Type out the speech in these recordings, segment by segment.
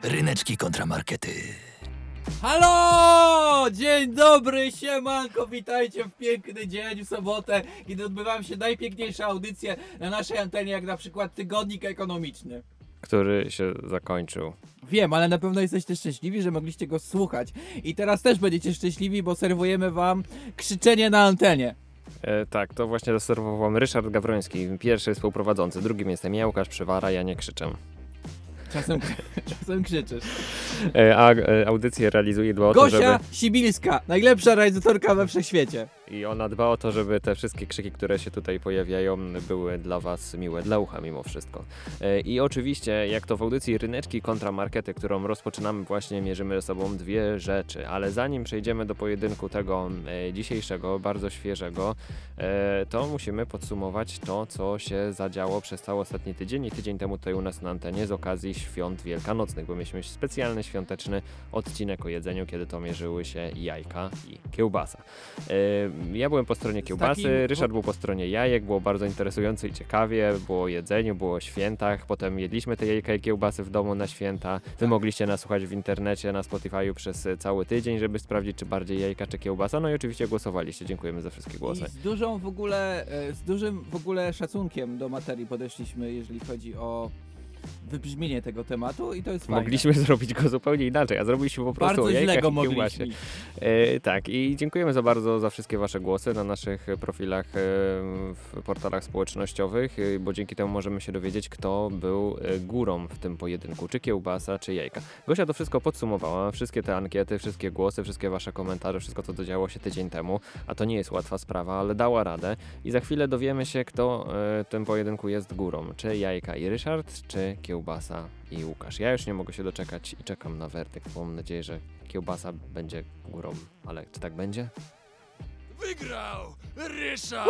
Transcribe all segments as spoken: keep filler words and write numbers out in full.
Ryneczki kontramarkety. Halo! Dzień dobry, siemanko, witajcie w piękny dzień, w sobotę, kiedy odbywają się najpiękniejsze audycje na naszej antenie, jak na przykład Tygodnik Ekonomiczny. Który się zakończył. Wiem, ale na pewno jesteście szczęśliwi, że mogliście go słuchać. I teraz też będziecie szczęśliwi, bo serwujemy wam krzyczenie na antenie. E, tak, to właśnie zaserwował wam Ryszard Gawroński, pierwszy współprowadzący. Drugim jestem ja, Łukasz Przywara, ja nie krzyczę. Czasem, czasem krzyczysz. E, a e, audycję realizuje dba o to, Gosia żeby... Sibilska, najlepsza realizatorka we wszechświecie. I ona dba o to, żeby te wszystkie krzyki, które się tutaj pojawiają, były dla was miłe, dla ucha mimo wszystko. E, I oczywiście, jak to w audycji Ryneczki kontramarkety, którą rozpoczynamy właśnie, mierzymy ze sobą dwie rzeczy. Ale zanim przejdziemy do pojedynku tego e, dzisiejszego, bardzo świeżego, e, to musimy podsumować to, co się zadziało przez cały ostatni tydzień i tydzień temu tutaj u nas na antenie z okazji świąt wielkanocnych, bo mieliśmy specjalny świąteczny odcinek o jedzeniu, kiedy to mierzyły się jajka i kiełbasa. E, Ja byłem po stronie kiełbasy, takim- Ryszard był po stronie jajek, było bardzo interesująco i ciekawie, było o jedzeniu, było o świętach, potem jedliśmy te jajka i kiełbasy w domu na święta. Wy mogliście nas słuchać w internecie, na Spotify'u przez cały tydzień, żeby sprawdzić, czy bardziej jajka, czy kiełbasa. No i oczywiście głosowaliście, dziękujemy za wszystkie głosy. I z dużą w ogóle, e, z dużym w ogóle szacunkiem do materii podeszliśmy, jeżeli chodzi o wybrzmienie tego tematu i to jest fajne. Mogliśmy zrobić go zupełnie inaczej, a zrobiliśmy po prostu Bardzo o źle jajkach go i kiełbasie. mogliśmy. E, tak, i dziękujemy za bardzo za wszystkie wasze głosy na naszych profilach e, w portalach społecznościowych, e, bo dzięki temu możemy się dowiedzieć, kto był e, górą w tym pojedynku, czy kiełbasa, czy jajka. Gosia to wszystko podsumowała, wszystkie te ankiety, wszystkie głosy, wszystkie wasze komentarze, wszystko co dodziało się tydzień temu, a to nie jest łatwa sprawa, ale dała radę i za chwilę dowiemy się, kto e, w tym pojedynku jest górą, czy jajka i Ryszard, czy kiełbasa i Łukasz. Ja już nie mogę się doczekać i czekam na werdykt, bo mam nadzieję, że kiełbasa będzie górą, ale czy tak będzie? Wygrał Ryszard!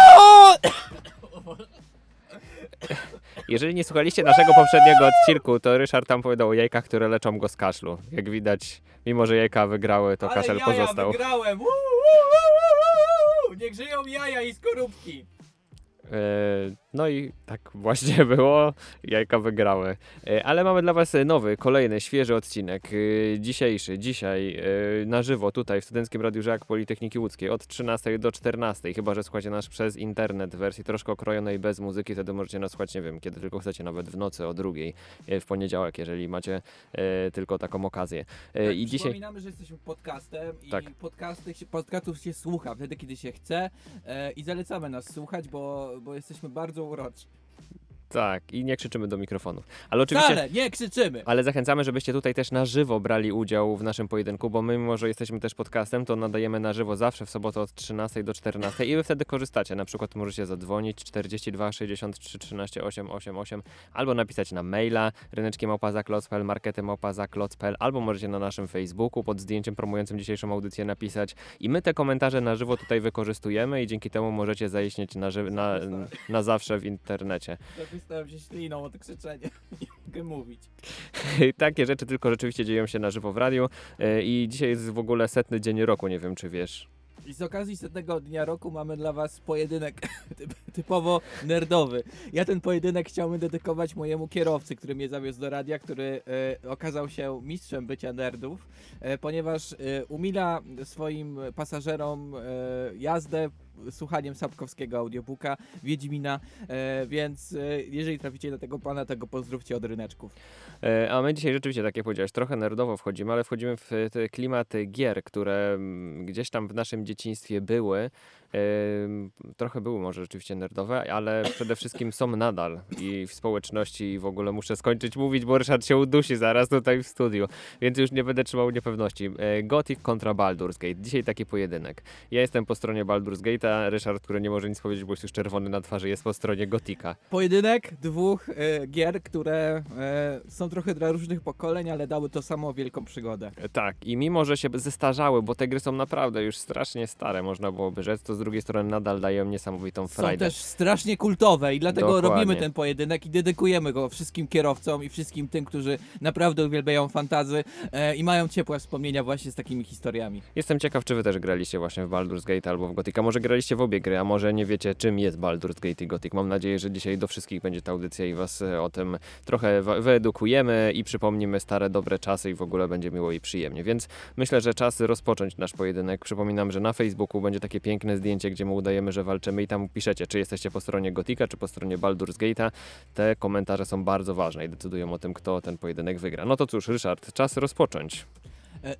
Jeżeli nie słuchaliście naszego poprzedniego odcinku, to Ryszard tam powiedział o jajkach, które leczą go z kaszlu. Jak widać, mimo że jajka wygrały, to Ale kaszel jaja pozostał. wygrałem! Woo, woo, woo, woo. Niech żyją jaja i skorupki! E, No i tak właśnie było, jajka wygrały. E, Ale mamy dla was nowy, kolejny, świeży odcinek. E, Dzisiejszy, dzisiaj e, na żywo tutaj w Studenckim Radiu Żak Politechniki Łódzkiej od trzynastej do czternastej. Chyba że słuchacie nas przez internet w wersji troszkę okrojonej bez muzyki, wtedy możecie nas słuchać, nie wiem, kiedy tylko chcecie, nawet w nocy o drugiej, e, w poniedziałek, jeżeli macie e, tylko taką okazję. E, Tak, I dzisiaj... przypominamy, że jesteśmy podcastem i Tak. podcasty, się- podcastów się słucha wtedy, kiedy się chce e, i zalecamy nas słuchać, bo, bo jesteśmy bardzo uroczni. Tak, i nie krzyczymy do mikrofonów. Ale oczywiście... Wcale, nie krzyczymy! Ale zachęcamy, żebyście tutaj też na żywo brali udział w naszym pojedynku, bo my, mimo że jesteśmy też podcastem, to nadajemy na żywo zawsze w sobotę od trzynastej do czternastej i wy wtedy korzystacie. Na przykład możecie zadzwonić czterdzieści dwa sześćdziesiąt trzy trzynaście osiem osiem osiem albo napisać na maila ryneczki małpa zakloc kropka p l, markety małpa zakloc kropka p l, albo możecie na naszym Facebooku pod zdjęciem promującym dzisiejszą audycję napisać i my te komentarze na żywo tutaj wykorzystujemy i dzięki temu możecie zaistnieć na, ży- na, na zawsze w internecie. Zapystałem się śliną o to krzyczenie. Nie mogę mówić. Takie rzeczy tylko rzeczywiście dzieją się na żywo w radiu e, i dzisiaj jest w ogóle setny dzień roku, nie wiem czy wiesz. I z okazji setnego dnia roku mamy dla was pojedynek typ, typowo nerdowy. Ja ten pojedynek chciałbym dedykować mojemu kierowcy, który mnie zawiózł do radia, który e, okazał się mistrzem bycia nerdów, e, ponieważ e, umila swoim pasażerom e, jazdę słuchaniem sapkowskiego audiobooka Wiedźmina, e, więc e, jeżeli traficie na tego pana, to go pozdrówcie od ryneczków. E, a my dzisiaj rzeczywiście, tak jak powiedziałeś, trochę nerdowo wchodzimy, ale wchodzimy w te klimaty gier, które mm, gdzieś tam w naszym dzieciństwie były. E, trochę były może rzeczywiście nerdowe, ale przede wszystkim są nadal i w społeczności i w ogóle muszę skończyć mówić, bo Ryszard się udusi zaraz tutaj w studiu, więc już nie będę trzymał niepewności. E, Gothic kontra Baldur's Gate. Dzisiaj taki pojedynek. Ja jestem po stronie Baldur's Gate'a, Ryszard, który nie może nic powiedzieć, bo jest już czerwony na twarzy, jest po stronie Gotika. Pojedynek dwóch e, gier, które e, są trochę dla różnych pokoleń, ale dały to samo wielką przygodę. Tak, i mimo, że się zestarzały, bo te gry są naprawdę już strasznie stare, można byłoby rzec, to z drugiej strony nadal dają niesamowitą Są frajdę. też strasznie kultowe i dlatego Dokładnie. robimy ten pojedynek i dedykujemy go wszystkim kierowcom i wszystkim tym, którzy naprawdę uwielbiają fantazy e, i mają ciepłe wspomnienia właśnie z takimi historiami. Jestem ciekaw, czy wy też graliście właśnie w Baldur's Gate albo w Gothic, a może graliście w obie gry, a może nie wiecie, czym jest Baldur's Gate i Gothic. Mam nadzieję, że dzisiaj do wszystkich będzie ta audycja i was e, o tym trochę wa- wyedukujemy i przypomnimy stare, dobre czasy i w ogóle będzie miło i przyjemnie. Więc myślę, że czas rozpocząć nasz pojedynek. Przypominam, że na Facebooku będzie takie piękne zdjęcie, gdzie my udajemy, że walczymy i tam piszecie, czy jesteście po stronie Gothica, czy po stronie Baldur's Gate'a. Te komentarze są bardzo ważne i decydują o tym, kto ten pojedynek wygra. No to cóż, Ryszard, czas rozpocząć. E,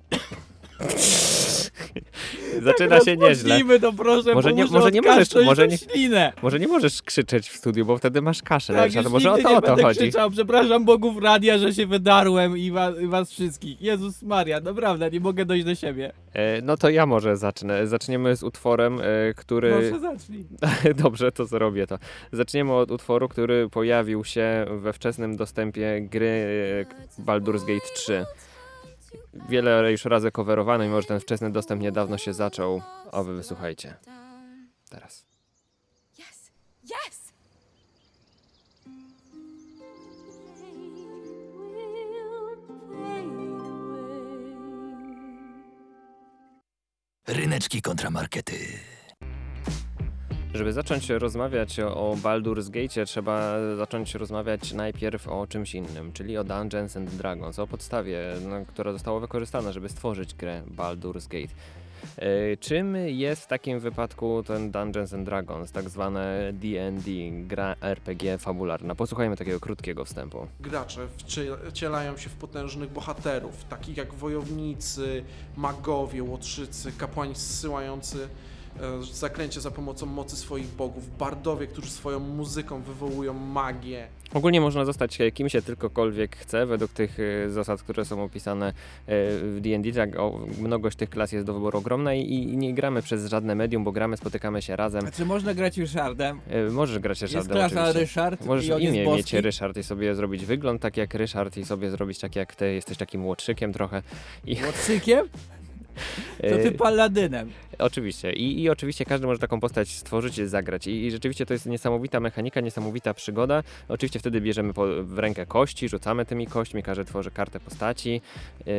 Zaczyna się nieźle. Rozpocznijmy to proszę, Może bo nie- muszę może nie możesz- odkaszleć może tą nie- ślinę. Może nie możesz krzyczeć w studiu, bo wtedy masz kaszel. Tak, Ryszard, już może o nigdy to, nie o to będę chodzi. krzyczał, przepraszam bogów radia, że się wydarłem i was, i was wszystkich. Jezus Maria, naprawdę, nie mogę dojść do siebie. E, no to ja może zacznę. Zaczniemy z utworem, e, który... Proszę zacznij. Dobrze, to zrobię to. Zaczniemy od utworu, który pojawił się we wczesnym dostępie gry e, Baldur's Gate trzy. Wiele już razy coverowano, mimo że ten wczesny dostęp niedawno się zaczął. O, wy wysłuchajcie. Teraz. Yes. Yes. Ryneczki kontra markety. Żeby zacząć rozmawiać o Baldur's Gate, trzeba zacząć rozmawiać najpierw o czymś innym, czyli o Dungeons and Dragons, o podstawie, no, która została wykorzystana, żeby stworzyć grę Baldur's Gate. E, czym jest w takim wypadku ten Dungeons and Dragons, tak zwane D and D, gra R P G fabularna? Posłuchajmy takiego krótkiego wstępu. Gracze wcielają się w potężnych bohaterów, takich jak wojownicy, magowie, łotrzycy, kapłani zsyłający e, zaklęcie za pomocą mocy swoich bogów, bardowie, którzy swoją muzyką wywołują magię. Ogólnie można zostać kim się tylkokolwiek chce, według tych y, zasad, które są opisane y, w D and D. Tak, o, mnogość tych klas jest do wyboru ogromna i, i nie gramy przez żadne medium, bo gramy, spotykamy się razem. A czy można grać Ryszardem? Y, możesz grać Jest Ryszardem klasa oczywiście. Ryszard Możesz i on imię jest mieć boski. Ryszard i sobie zrobić wygląd tak jak Ryszard i sobie zrobić tak jak ty, jesteś takim łotrzykiem trochę. I, Łotrzykiem? To ty y, paladynem. Oczywiście. I, I oczywiście każdy może taką postać stworzyć, zagrać. I, I rzeczywiście to jest niesamowita mechanika, niesamowita przygoda. Oczywiście wtedy bierzemy po, w rękę kości, rzucamy tymi kośćmi, każdy tworzy kartę postaci yy,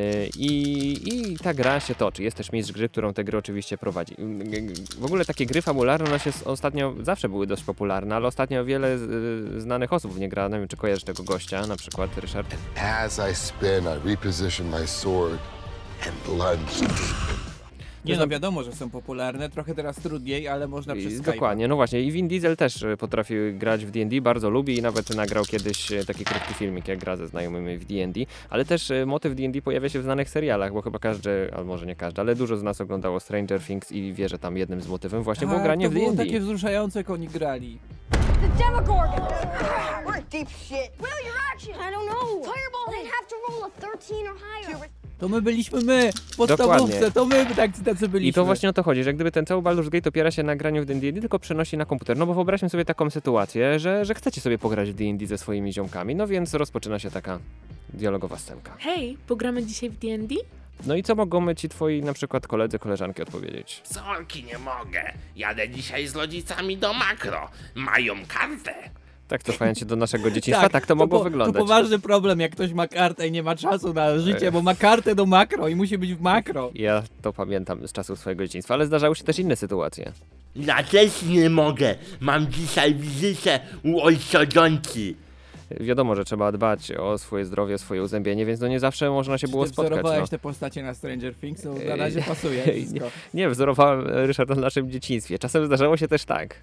i, i ta gra się toczy. Jest też mistrz gry, którą tę grę oczywiście prowadzi. W ogóle takie gry fabularne u nas jest ostatnio, zawsze były dość popularne, ale ostatnio wiele z, znanych osób w nie gra. Nie wiem, czy kojarzysz tego gościa, na przykład Ryszard. As I spin, I reposition my sword and plunge. Nie no, wiadomo, że są popularne, trochę teraz trudniej, ale można przez I- Skype'a. Dokładnie, no właśnie. I Vin Diesel też e, potrafi grać w D and D, bardzo lubi i nawet nagrał kiedyś e, taki krótki filmik, jak gra ze znajomymi w D and D. Ale też e, motyw D and D pojawia się w znanych serialach, bo chyba każdy, albo może nie każdy, ale dużo z nas oglądało Stranger Things i wie, że tam jednym z motywem właśnie było A, granie to w D było and D. takie wzruszające, jak oni grali. The Demogorgon! We're in deep shit. Will your action? I don't know. Fireball! They'd have to roll a thirteen or higher. To my byliśmy my w podstawówce, Dokładnie. to my tak, tacy byliśmy. I to właśnie o to chodzi, że gdyby ten cały Baldur's Gate opiera się na graniu w D and D, tylko przenosi na komputer. No bo wyobraźmy sobie taką sytuację, że, że chcecie sobie pograć w D and D ze swoimi ziomkami, no więc rozpoczyna się taka dialogowa scenka. Hej, pogramy dzisiaj w D and D? No i co mogą ci twoi na przykład koledzy, koleżanki odpowiedzieć? Sorki, nie mogę. Jadę dzisiaj z rodzicami do makro. Mają kartę. Tak, cofając się do naszego dzieciństwa, tak, to mogło po, wyglądać. To poważny problem, jak ktoś ma kartę i nie ma czasu na życie, bo ma kartę do makro i musi być w makro. Ja to pamiętam z czasów swojego dzieciństwa, ale zdarzały się też inne sytuacje. Ja też nie mogę. Mam dzisiaj wizytę u ojcodonki. Wiadomo, że trzeba dbać o swoje zdrowie, o swoje uzębienie, więc no nie zawsze można się Czy było ty spotkać. wzorowałeś No. te postacie na Stranger Things? No, na Ej, razie pasuje ej, wszystko. Nie, wzorowałem Ryszarda w naszym dzieciństwie. Czasem zdarzało się też tak.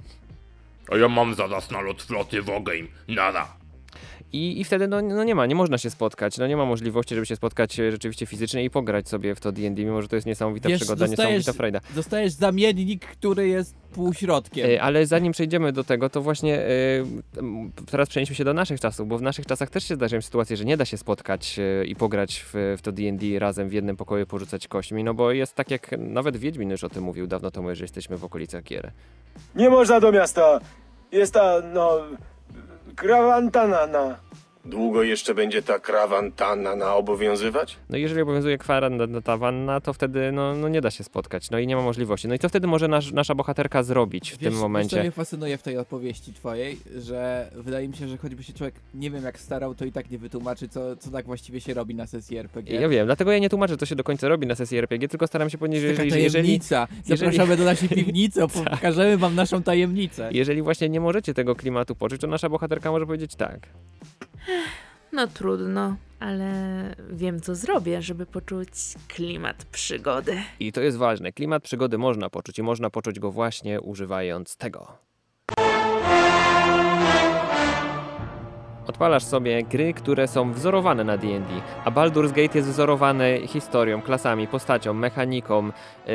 A ja mam zaraz nalot floty w ogień. Nara. I, I wtedy no, no nie ma, nie można się spotkać, no nie ma możliwości, żeby się spotkać e, rzeczywiście fizycznie i pograć sobie w to D and D, mimo że to jest niesamowita Wiesz, przygoda, dostajesz- niesamowita frajda. Dostajesz zamiennik, który jest półśrodkiem. E, Ale zanim przejdziemy do tego, to właśnie e, m, teraz przenieśmy się do naszych czasów, bo w naszych czasach też się zdarzają sytuacje, że nie da się spotkać e, i pograć w, w to D and D razem w jednym pokoju, porzucać kośćmi, no bo jest tak jak nawet Wiedźmin już o tym mówił dawno temu, że jesteśmy w okolicach gier. Nie można do miasta. Jest ta, no, kwarantanna. Długo jeszcze będzie ta kwarantanna obowiązywać? No jeżeli obowiązuje kwarantanna, to wtedy no, no nie da się spotkać, no i nie ma możliwości. No i co wtedy może nasz, nasza bohaterka zrobić w Wiesz, tym momencie? Wiesz, co mnie fascynuje w tej opowieści twojej, że wydaje mi się, że choćby się człowiek nie wiem jak starał, to i tak nie wytłumaczy, co, co tak właściwie się robi na sesji er pe gie. Ja wiem, dlatego ja nie tłumaczę, co się do końca robi na sesji er pe gie, tylko staram się powiedzieć, że Taka jeżeli, jeżeli, tajemnica. Zapraszamy jeżeli- do naszej piwnicy, pokażemy wam naszą tajemnicę. jeżeli właśnie nie możecie tego klimatu poczuć, to nasza bohaterka może powiedzieć tak. No trudno, ale wiem co zrobię, żeby poczuć klimat przygody. I to jest ważne, klimat przygody można poczuć i można poczuć go właśnie używając tego. Odpalasz sobie gry, które są wzorowane na D and D, a Baldur's Gate jest wzorowany historią, klasami, postacią, mechaniką,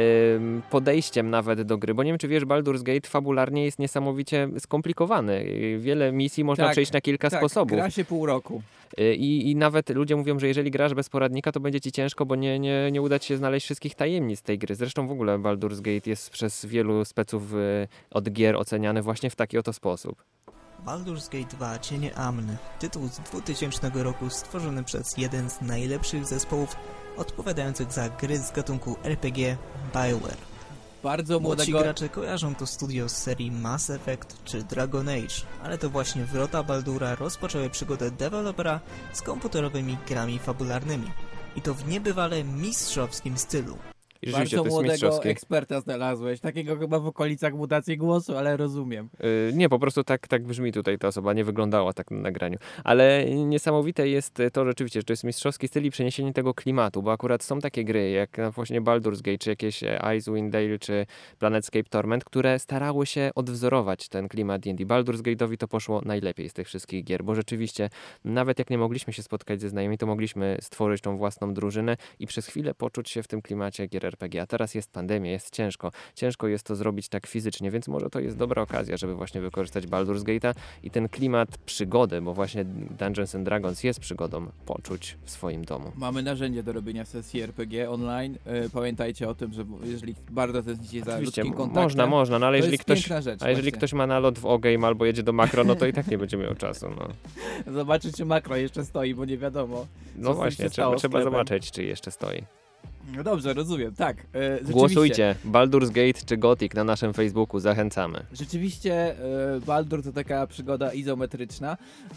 ym, podejściem nawet do gry, bo nie wiem czy wiesz, Baldur's Gate fabularnie jest niesamowicie skomplikowany. Yy, Wiele misji można Tak, przejść na kilka tak, sposobów. gra się pół roku. Yy, I, I nawet ludzie mówią, że jeżeli grasz bez poradnika, to będzie ci ciężko, bo nie, nie, nie uda ci się znaleźć wszystkich tajemnic tej gry. Zresztą w ogóle Baldur's Gate jest przez wielu speców yy, od gier oceniany właśnie w taki oto sposób. Baldur's Gate dwa Cienie Amny, tytuł z dwutysięcznego roku stworzony przez jeden z najlepszych zespołów odpowiadających za gry z gatunku er pe gie BioWare. Bardzo Młodsi młodego... gracze kojarzą to studio z serii Mass Effect czy Dragon Age, ale to właśnie wrota Baldura rozpoczęły przygodę dewelopera z komputerowymi grami fabularnymi. I to w niebywale mistrzowskim stylu. I rzeczywiście Bardzo to jest młodego mistrzowskie. eksperta znalazłeś, takiego chyba w okolicach mutacji głosu, ale rozumiem. Yy, Nie, po prostu tak, tak brzmi tutaj ta osoba, nie wyglądała tak na nagraniu. Ale niesamowite jest to rzeczywiście, że to jest mistrzowski styl i przeniesienie tego klimatu, bo akurat są takie gry jak na właśnie Baldur's Gate, czy jakieś Icewind Dale, czy Planetscape Torment, które starały się odwzorować ten klimat D and D. Baldur's Gate'owi to poszło najlepiej z tych wszystkich gier, bo rzeczywiście nawet jak nie mogliśmy się spotkać ze znajomymi, to mogliśmy stworzyć tą własną drużynę i przez chwilę poczuć się w tym klimacie gier er pe gie. A teraz jest pandemia, jest ciężko. Ciężko jest to zrobić tak fizycznie, więc może to jest dobra okazja, żeby właśnie wykorzystać Baldur's Gate'a i ten klimat przygody, bo właśnie Dungeons and Dragons jest przygodą, poczuć w swoim domu. Mamy narzędzie do robienia sesji er pe gie online. Yy, pamiętajcie o tym, że jeżeli bardzo tęsknicie za Oczywiście, ludzkim m- kontaktem, można, można, no ale to jeżeli jest ktoś, piękna rzecz. a jeżeli właśnie. ktoś ma nalot w O-Game albo jedzie do makro, no to i tak nie będzie miał czasu, no. Zobaczyć, czy makro jeszcze stoi, bo nie wiadomo. No co z tym właśnie, się trzeba, stało trzeba sklepem. zobaczyć, czy jeszcze stoi. No dobrze, rozumiem, tak. Yy, rzeczywiście. Głosujcie, Baldur's Gate czy Gothic na naszym Facebooku, zachęcamy. Rzeczywiście y, Baldur to taka przygoda izometryczna,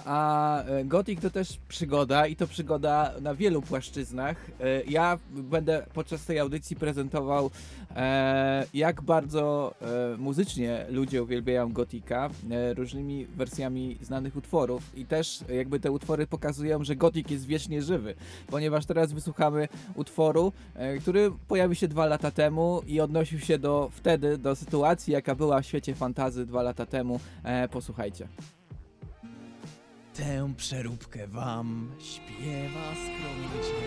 a y, Gothic to też przygoda i to przygoda na wielu płaszczyznach. Y, ja będę podczas tej audycji prezentował e, jak bardzo e, muzycznie ludzie uwielbiają Gothica e, różnymi wersjami znanych utworów i też jakby te utwory pokazują, że Gothic jest wiecznie żywy, ponieważ teraz wysłuchamy utworu, e, który pojawił się dwa lata temu i odnosił się do wtedy, do sytuacji, jaka była w świecie fantasy dwa lata temu. E, posłuchajcie. Tę przeróbkę wam śpiewa skromnie.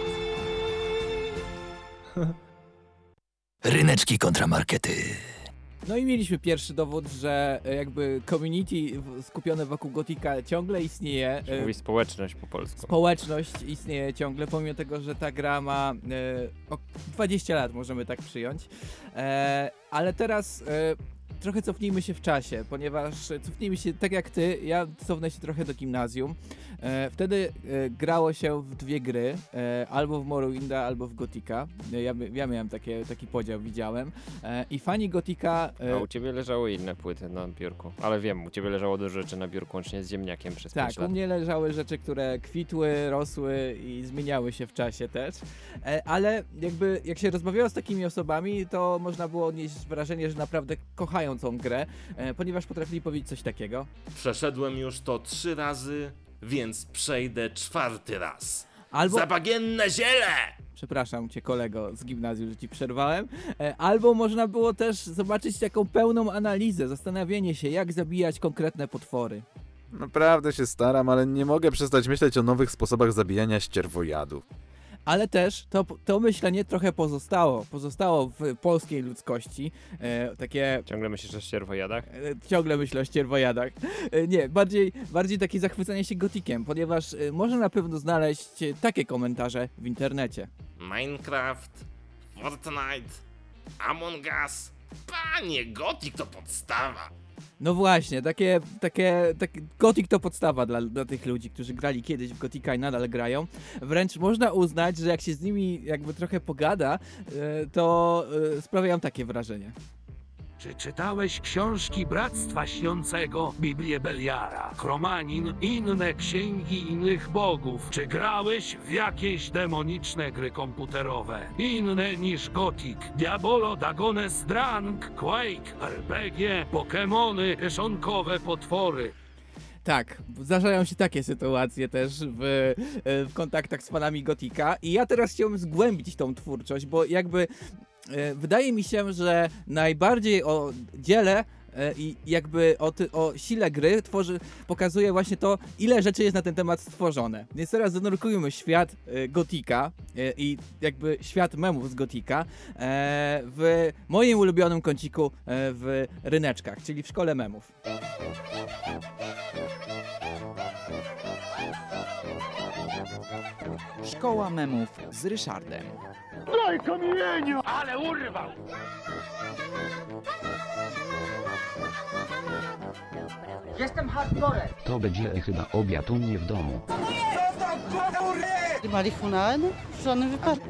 Ryneczki kontramarkety. No i mieliśmy pierwszy dowód, że e, jakby community w- skupione wokół Gothica ciągle istnieje. E, Mówi społeczność po polsku. Społeczność istnieje ciągle, pomimo tego, że ta gra ma e, o dwadzieścia lat, możemy tak przyjąć. E, ale teraz e, trochę cofnijmy się w czasie, ponieważ e, cofnijmy się, tak jak ty, ja cofnę się trochę do gimnazjum. E, wtedy e, grało się w dwie gry, e, albo w Morrowinda, albo w Gothica. E, ja, my- ja miałem takie, taki podział, widziałem. E, I fani Gothica... E, A u ciebie leżały inne płyty na biurku. Ale wiem, u ciebie leżało dużo rzeczy na biurku, łącznie z ziemniakiem przez Tak, pięć u lat. mnie leżały rzeczy, które kwitły, rosły i zmieniały się w czasie też, e, ale jakby jak się rozmawiało z takimi osobami, to można było odnieść wrażenie, że naprawdę kochają tą grę, e, ponieważ potrafili powiedzieć coś takiego. Przeszedłem już to trzy razy, więc przejdę czwarty raz. Albo... Za bagienne ziele! Przepraszam cię, kolego z gimnazjum, że ci przerwałem. E, albo można było też zobaczyć taką pełną analizę, zastanawianie się, jak zabijać konkretne potwory. Naprawdę się staram, ale nie mogę przestać myśleć o nowych sposobach zabijania ścierwojadów. Ale też to, to myślenie trochę pozostało. Pozostało w polskiej ludzkości. E, takie... Ciągle myślisz o ścierwojadach? E, ciągle myślę o ścierwojadach. E, nie, bardziej, bardziej takie zachwycanie się Gothiciem, ponieważ e, można na pewno znaleźć e, takie komentarze w internecie. Minecraft, Fortnite, Among Us. Panie, Gothic to podstawa. No właśnie, takie, takie, takie Gothic to podstawa dla, dla tych ludzi, którzy grali kiedyś w Gothica i nadal grają. Wręcz można uznać, że jak się z nimi jakby trochę pogada, to sprawiają takie wrażenie. Czy czytałeś książki Bractwa Śniącego, Biblię Beliara, Chromanin, inne księgi innych bogów? Czy grałeś w jakieś demoniczne gry komputerowe? Inne niż Gothic, Diabolo, Dagones, Drang, Quake, R P G, Pokemony, kieszonkowe potwory. Tak, zdarzają się takie sytuacje też w, w kontaktach z fanami Gothica i ja teraz chciałbym zgłębić tą twórczość, bo jakby e, wydaje mi się, że najbardziej o dziele e, i jakby o, ty, o sile gry tworzy, pokazuje właśnie to, ile rzeczy jest na ten temat stworzone. Więc teraz zanurkujmy świat e, Gothica e, i jakby świat memów z Gothica e, w moim ulubionym kąciku e, w Ryneczkach, czyli w szkole memów. Szkoła memów z Ryszardem. Daj kamieniu! Ale urwał! Jestem hardcorem. To będzie chyba obiad u mnie w domu. Marihuana? W żadnym wypadku.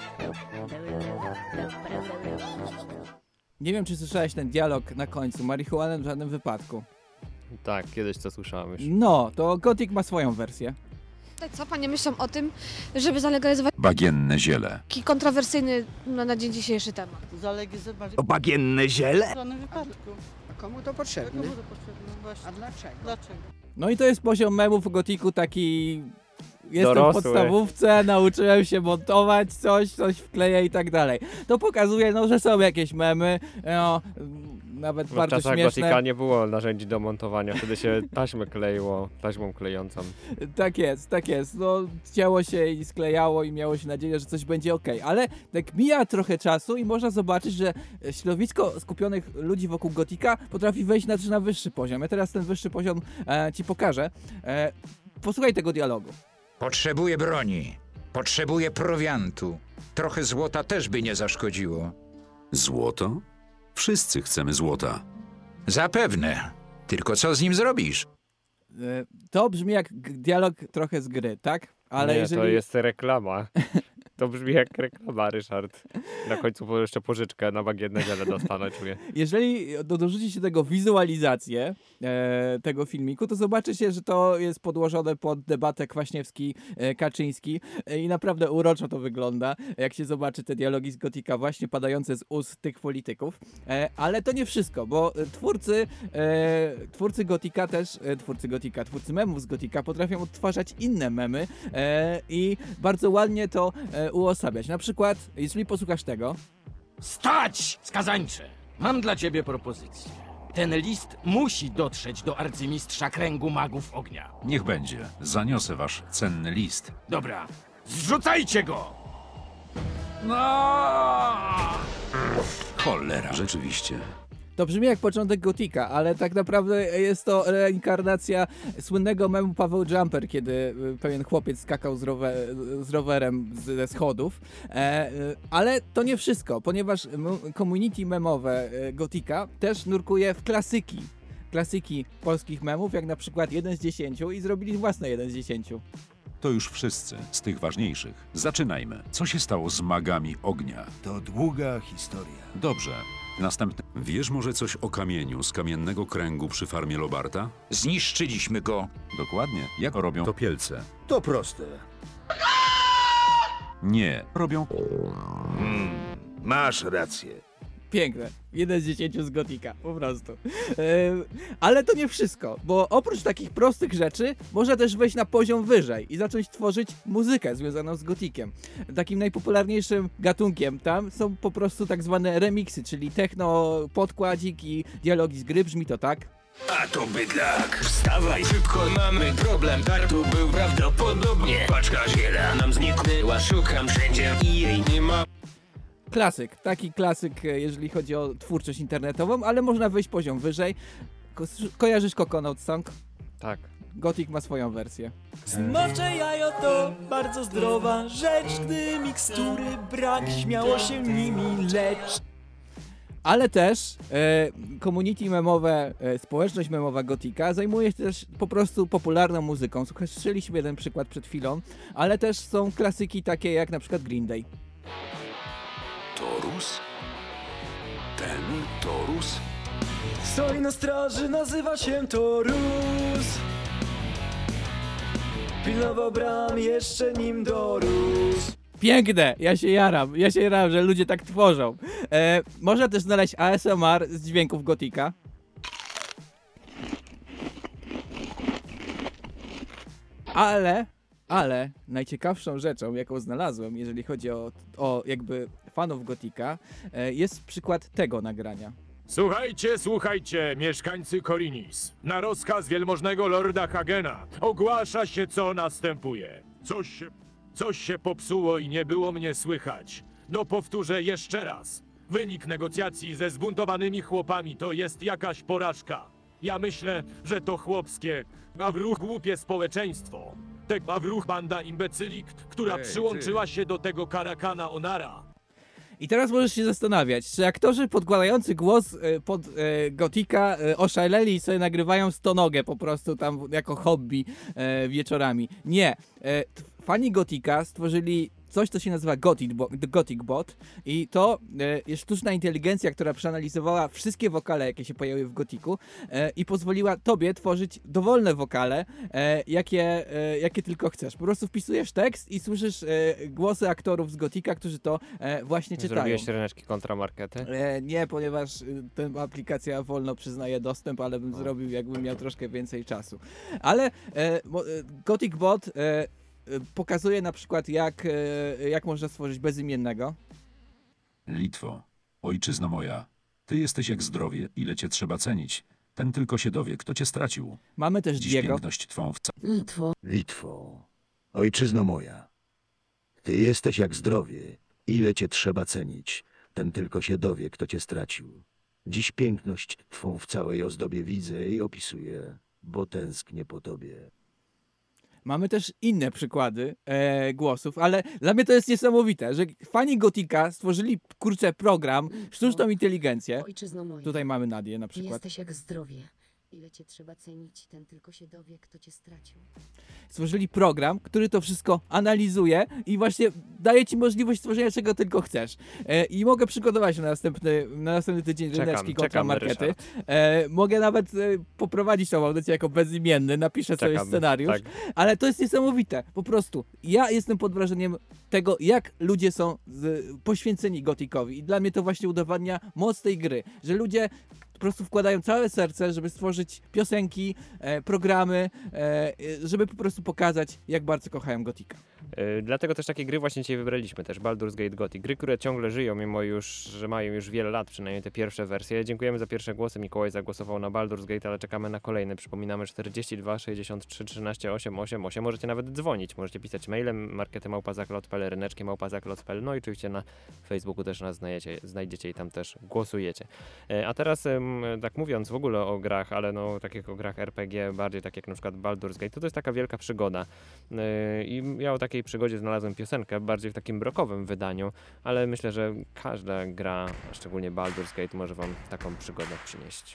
Nie wiem, czy słyszałeś ten dialog na końcu. Marihuanę w żadnym wypadku. Tak, kiedyś to słyszałem już. No, to Gothic ma swoją wersję. Co panie myślą o tym, żeby zalegalizować bagienne ziele? taki kontrowersyjny no, na dzień dzisiejszy temat? Zalegalizować O bagienne ziele? w żadnym wypadku. Komu to potrzebne? Komu to potrzebne? Właśnie. A dlaczego? Dlaczego? No i to jest poziom memów w Gothicu taki... Jestem Dorosły. w podstawówce, nauczyłem się montować coś, coś wkleję i tak dalej. To pokazuje, no, że są jakieś memy, no, nawet No, bardzo w czasach śmieszne. Gothica nie było narzędzi do montowania, wtedy się taśmę kleiło, taśmą klejącą. Tak jest, tak jest. No, ciało się i sklejało i miało się nadzieję, że coś będzie ok. Ale tak mija trochę czasu i można zobaczyć, że środowisko skupionych ludzi wokół Gothica potrafi wejść na, na wyższy poziom. Ja teraz ten wyższy poziom e, ci pokażę. E, posłuchaj tego dialogu. Potrzebuję broni. Potrzebuję prowiantu. Trochę złota też by nie zaszkodziło. Złoto? Wszyscy chcemy złota. Zapewne. Tylko co z nim zrobisz? E, to brzmi jak g- dialog trochę z gry, tak? Ale nie, jeżeli... to jest reklama. To brzmi jak reklama, Ryszard. Na końcu jeszcze pożyczkę na bagienne ziele dostanę, czuję. Jeżeli do, dorzuci się tego wizualizację e, tego filmiku, to zobaczycie, że to jest podłożone pod debatę Kwaśniewski-Kaczyński e, i naprawdę uroczo to wygląda, jak się zobaczy te dialogi z Gothica właśnie padające z ust tych polityków. E, ale to nie wszystko, bo twórcy, e, twórcy Gothica też, e, twórcy Gothica, twórcy memów z Gothica potrafią odtwarzać inne memy e, i bardzo ładnie to e, uosabiać. Na przykład, jeżeli posłuchasz tego. Stać, skazańcze! Mam dla ciebie propozycję. Ten list musi dotrzeć do arcymistrza kręgu magów ognia. Niech będzie. Zaniosę wasz cenny list. Dobra, zrzucajcie go! No! Cholera. Rzeczywiście. To brzmi jak początek Gothica, ale tak naprawdę jest to reinkarnacja słynnego memu Paweł Jumper, kiedy pewien chłopiec skakał z, rower, z rowerem ze schodów. E, ale to nie wszystko, ponieważ community memowe Gothica też nurkuje w klasyki. Klasyki polskich memów, jak na przykład jeden z dziesięciu i zrobili własne jeden z dziesięciu. To już wszyscy z tych ważniejszych. Zaczynajmy. Co się stało z magami ognia? To długa historia. Dobrze. Następny. Wiesz może coś o kamieniu z kamiennego kręgu przy farmie Lobarta? Zniszczyliśmy go. Dokładnie. Jak robią topielce? To proste. Nie. Robią... Hmm, masz rację. Piękne. Jeden z dziesięciu z Gothica, po prostu. Yy, ale to nie wszystko, bo oprócz takich prostych rzeczy można też wejść na poziom wyżej i zacząć tworzyć muzykę związaną z Gothiciem. Takim najpopularniejszym gatunkiem tam są po prostu tak zwane remixy, czyli techno, podkładzik i dialogi z gry, brzmi to tak. A to bydlak, wstawaj szybko, mamy problem. Tak tu był prawdopodobnie. Paczka ziela nam zniknęła, szukam wszędzie i jej nie ma. Klasyk, taki klasyk, jeżeli chodzi o twórczość internetową, ale można wejść poziom wyżej. Ko- kojarzysz Coconut Song? Tak. Gothic ma swoją wersję. Smocze jajo to bardzo zdrowa rzecz, gdy mikstury brak, śmiało się nimi lecz. Ale też e, community memowe, e, społeczność memowa Gotika zajmuje się też po prostu popularną muzyką. Słyszeliśmy jeden przykład przed chwilą, ale też są klasyki takie jak na przykład Green Day. Torus? Ten Torus? Stoi na straży, nazywa się Torus. Pilnował bram jeszcze nim dorósł. Piękne! Ja się jaram, ja się jaram, że ludzie tak tworzą. E, można też znaleźć A S M R z dźwięków Gotika. Ale, ale najciekawszą rzeczą, jaką znalazłem, jeżeli chodzi o, o jakby fanów Gotika, e, jest przykład tego nagrania. Słuchajcie, słuchajcie, mieszkańcy Korinis. Na rozkaz wielmożnego lorda Hagena ogłasza się, co następuje. Coś się, coś się popsuło i nie było mnie słychać. No powtórzę jeszcze raz. Wynik negocjacji ze zbuntowanymi chłopami to jest jakaś porażka. Ja myślę, że to chłopskie, a w ruch głupie społeczeństwo. Te a w ruch banda imbecyli, która Ej, przyłączyła się do tego karakana Onara. I teraz możesz się zastanawiać, czy aktorzy podkładający głos e, pod e, Gotika e, oszaleli i sobie nagrywają stonogę po prostu tam jako hobby e, wieczorami. Nie. E, t- fani Gotika stworzyli coś, co się nazywa Gothic, bo, The Gothic Bot i to e, jest sztuczna inteligencja, która przeanalizowała wszystkie wokale, jakie się pojawiły w Gotiku e, i pozwoliła tobie tworzyć dowolne wokale, e, jakie, e, jakie tylko chcesz. Po prostu wpisujesz tekst i słyszysz e, głosy aktorów z Gotika, którzy to e, właśnie czytają. Zrobiłeś ryneczki kontramarkety? E, nie, ponieważ y, ta aplikacja wolno przyznaje dostęp, ale bym zrobił, jakbym miał troszkę więcej czasu. Ale e, mo, e, Gothic Bot e, e, pokazuje na przykład, jak, e, jak można stworzyć bezimiennego. Litwo, ojczyzno moja, ty jesteś jak zdrowie, ile cię trzeba cenić. Ten tylko się dowie, kto cię stracił. Mamy też Dziś Diego. piękność twą w ca- Litwo. Litwo, ojczyzno moja, ty jesteś jak zdrowie, ile cię trzeba cenić. Ten tylko się dowie, kto cię stracił. Dziś piękność twą w całej ozdobie widzę i opisuję, bo tęsknię po tobie. Mamy też inne przykłady e, głosów, ale dla mnie to jest niesamowite, że fani Gotika stworzyli, kurczę, program, sztuczną inteligencję. Ojczyzno moja. Tutaj mamy Nadię na Ty przykład. jesteś jak zdrowie. Ile cię trzeba cenić, ten tylko się dowie, kto cię stracił. Stworzyli program, który to wszystko analizuje i właśnie daje ci możliwość stworzenia czego tylko chcesz. E, I mogę przygotować na następny, na następny tydzień Czekam, ryneczki kontra czekam, markety. Ryszard. E, mogę nawet e, poprowadzić tą audycję jako bezimienny, napiszę sobie Czekam, scenariusz, tak. ale to jest niesamowite. Po prostu ja jestem pod wrażeniem tego, jak ludzie są z, poświęceni Gotikowi i dla mnie to właśnie udowadnia moc tej gry, że ludzie po prostu wkładają całe serce, żeby stworzyć piosenki, e, programy, e, żeby po prostu pokazać, jak bardzo kochają Gotika. Yy, dlatego też takie gry właśnie dzisiaj wybraliśmy też, Baldur's Gate Gothic. Gry, które ciągle żyją, mimo już, że mają już wiele lat, przynajmniej te pierwsze wersje. Dziękujemy za pierwsze głosy. Mikołaj zagłosował na Baldur's Gate, ale czekamy na kolejne. Przypominamy czterdzieści dwa sześćdziesiąt trzy trzynaście osiemdziesiąt osiem osiem. Możecie nawet dzwonić, możecie pisać mailem markety małpa zaklot kropka p l, ryneczkiem małpa zaklot kropka p l. No i oczywiście na Facebooku też nas znajdziecie, znajdziecie i tam też głosujecie. Yy, a teraz ym, tak mówiąc w ogóle o grach, ale no takich o grach R P G, bardziej tak jak na przykład Baldur's Gate, to to jest taka wielka przygoda. Yy, I ja o takiej przygodzie znalazłem piosenkę, bardziej w takim rockowym wydaniu, ale myślę, że każda gra, a szczególnie Baldur's Gate, może wam taką przygodę przynieść.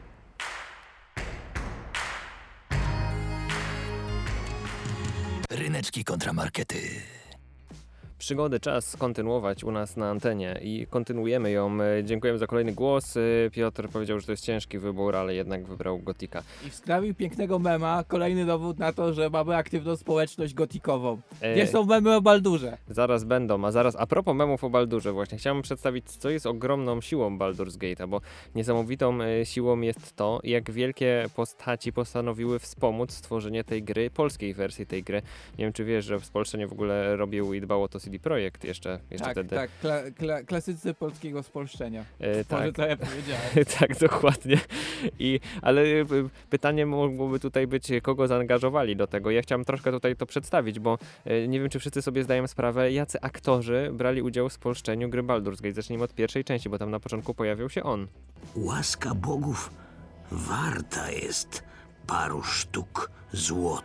Ryneczki kontra markety. Przygody czas kontynuować u nas na antenie i kontynuujemy ją. Dziękujemy za kolejny głos. Piotr powiedział, że to jest ciężki wybór, ale jednak wybrał Gotika. I wskrawił pięknego mema, kolejny dowód na to, że mamy aktywną społeczność gotikową. Nie E, są memy o Baldurze. Zaraz będą, a zaraz a propos memów o Baldurze właśnie chciałem przedstawić, co jest ogromną siłą Baldur's Gate'a, bo niesamowitą e, siłą jest to, jak wielkie postaci postanowiły wspomóc stworzenie tej gry, polskiej wersji tej gry. Nie wiem, czy wiesz, że w spolszczeniu w ogóle robił i dbał o to C D Projekt jeszcze, jeszcze Tak, wtedy. tak, kla, kla, klasycy polskiego spolszczenia. E, Może tak. to ja powiedziałem. Tak, dokładnie. I, ale y, pytanie mogłoby tutaj być, kogo zaangażowali do tego. Ja chciałem troszkę tutaj to przedstawić, bo y, nie wiem, czy wszyscy sobie zdają sprawę, jacy aktorzy brali udział w spolszczeniu gry Baldur's Gate. Zacznijmy od pierwszej części, bo tam na początku pojawił się on. Łaska bogów warta jest paru sztuk złota.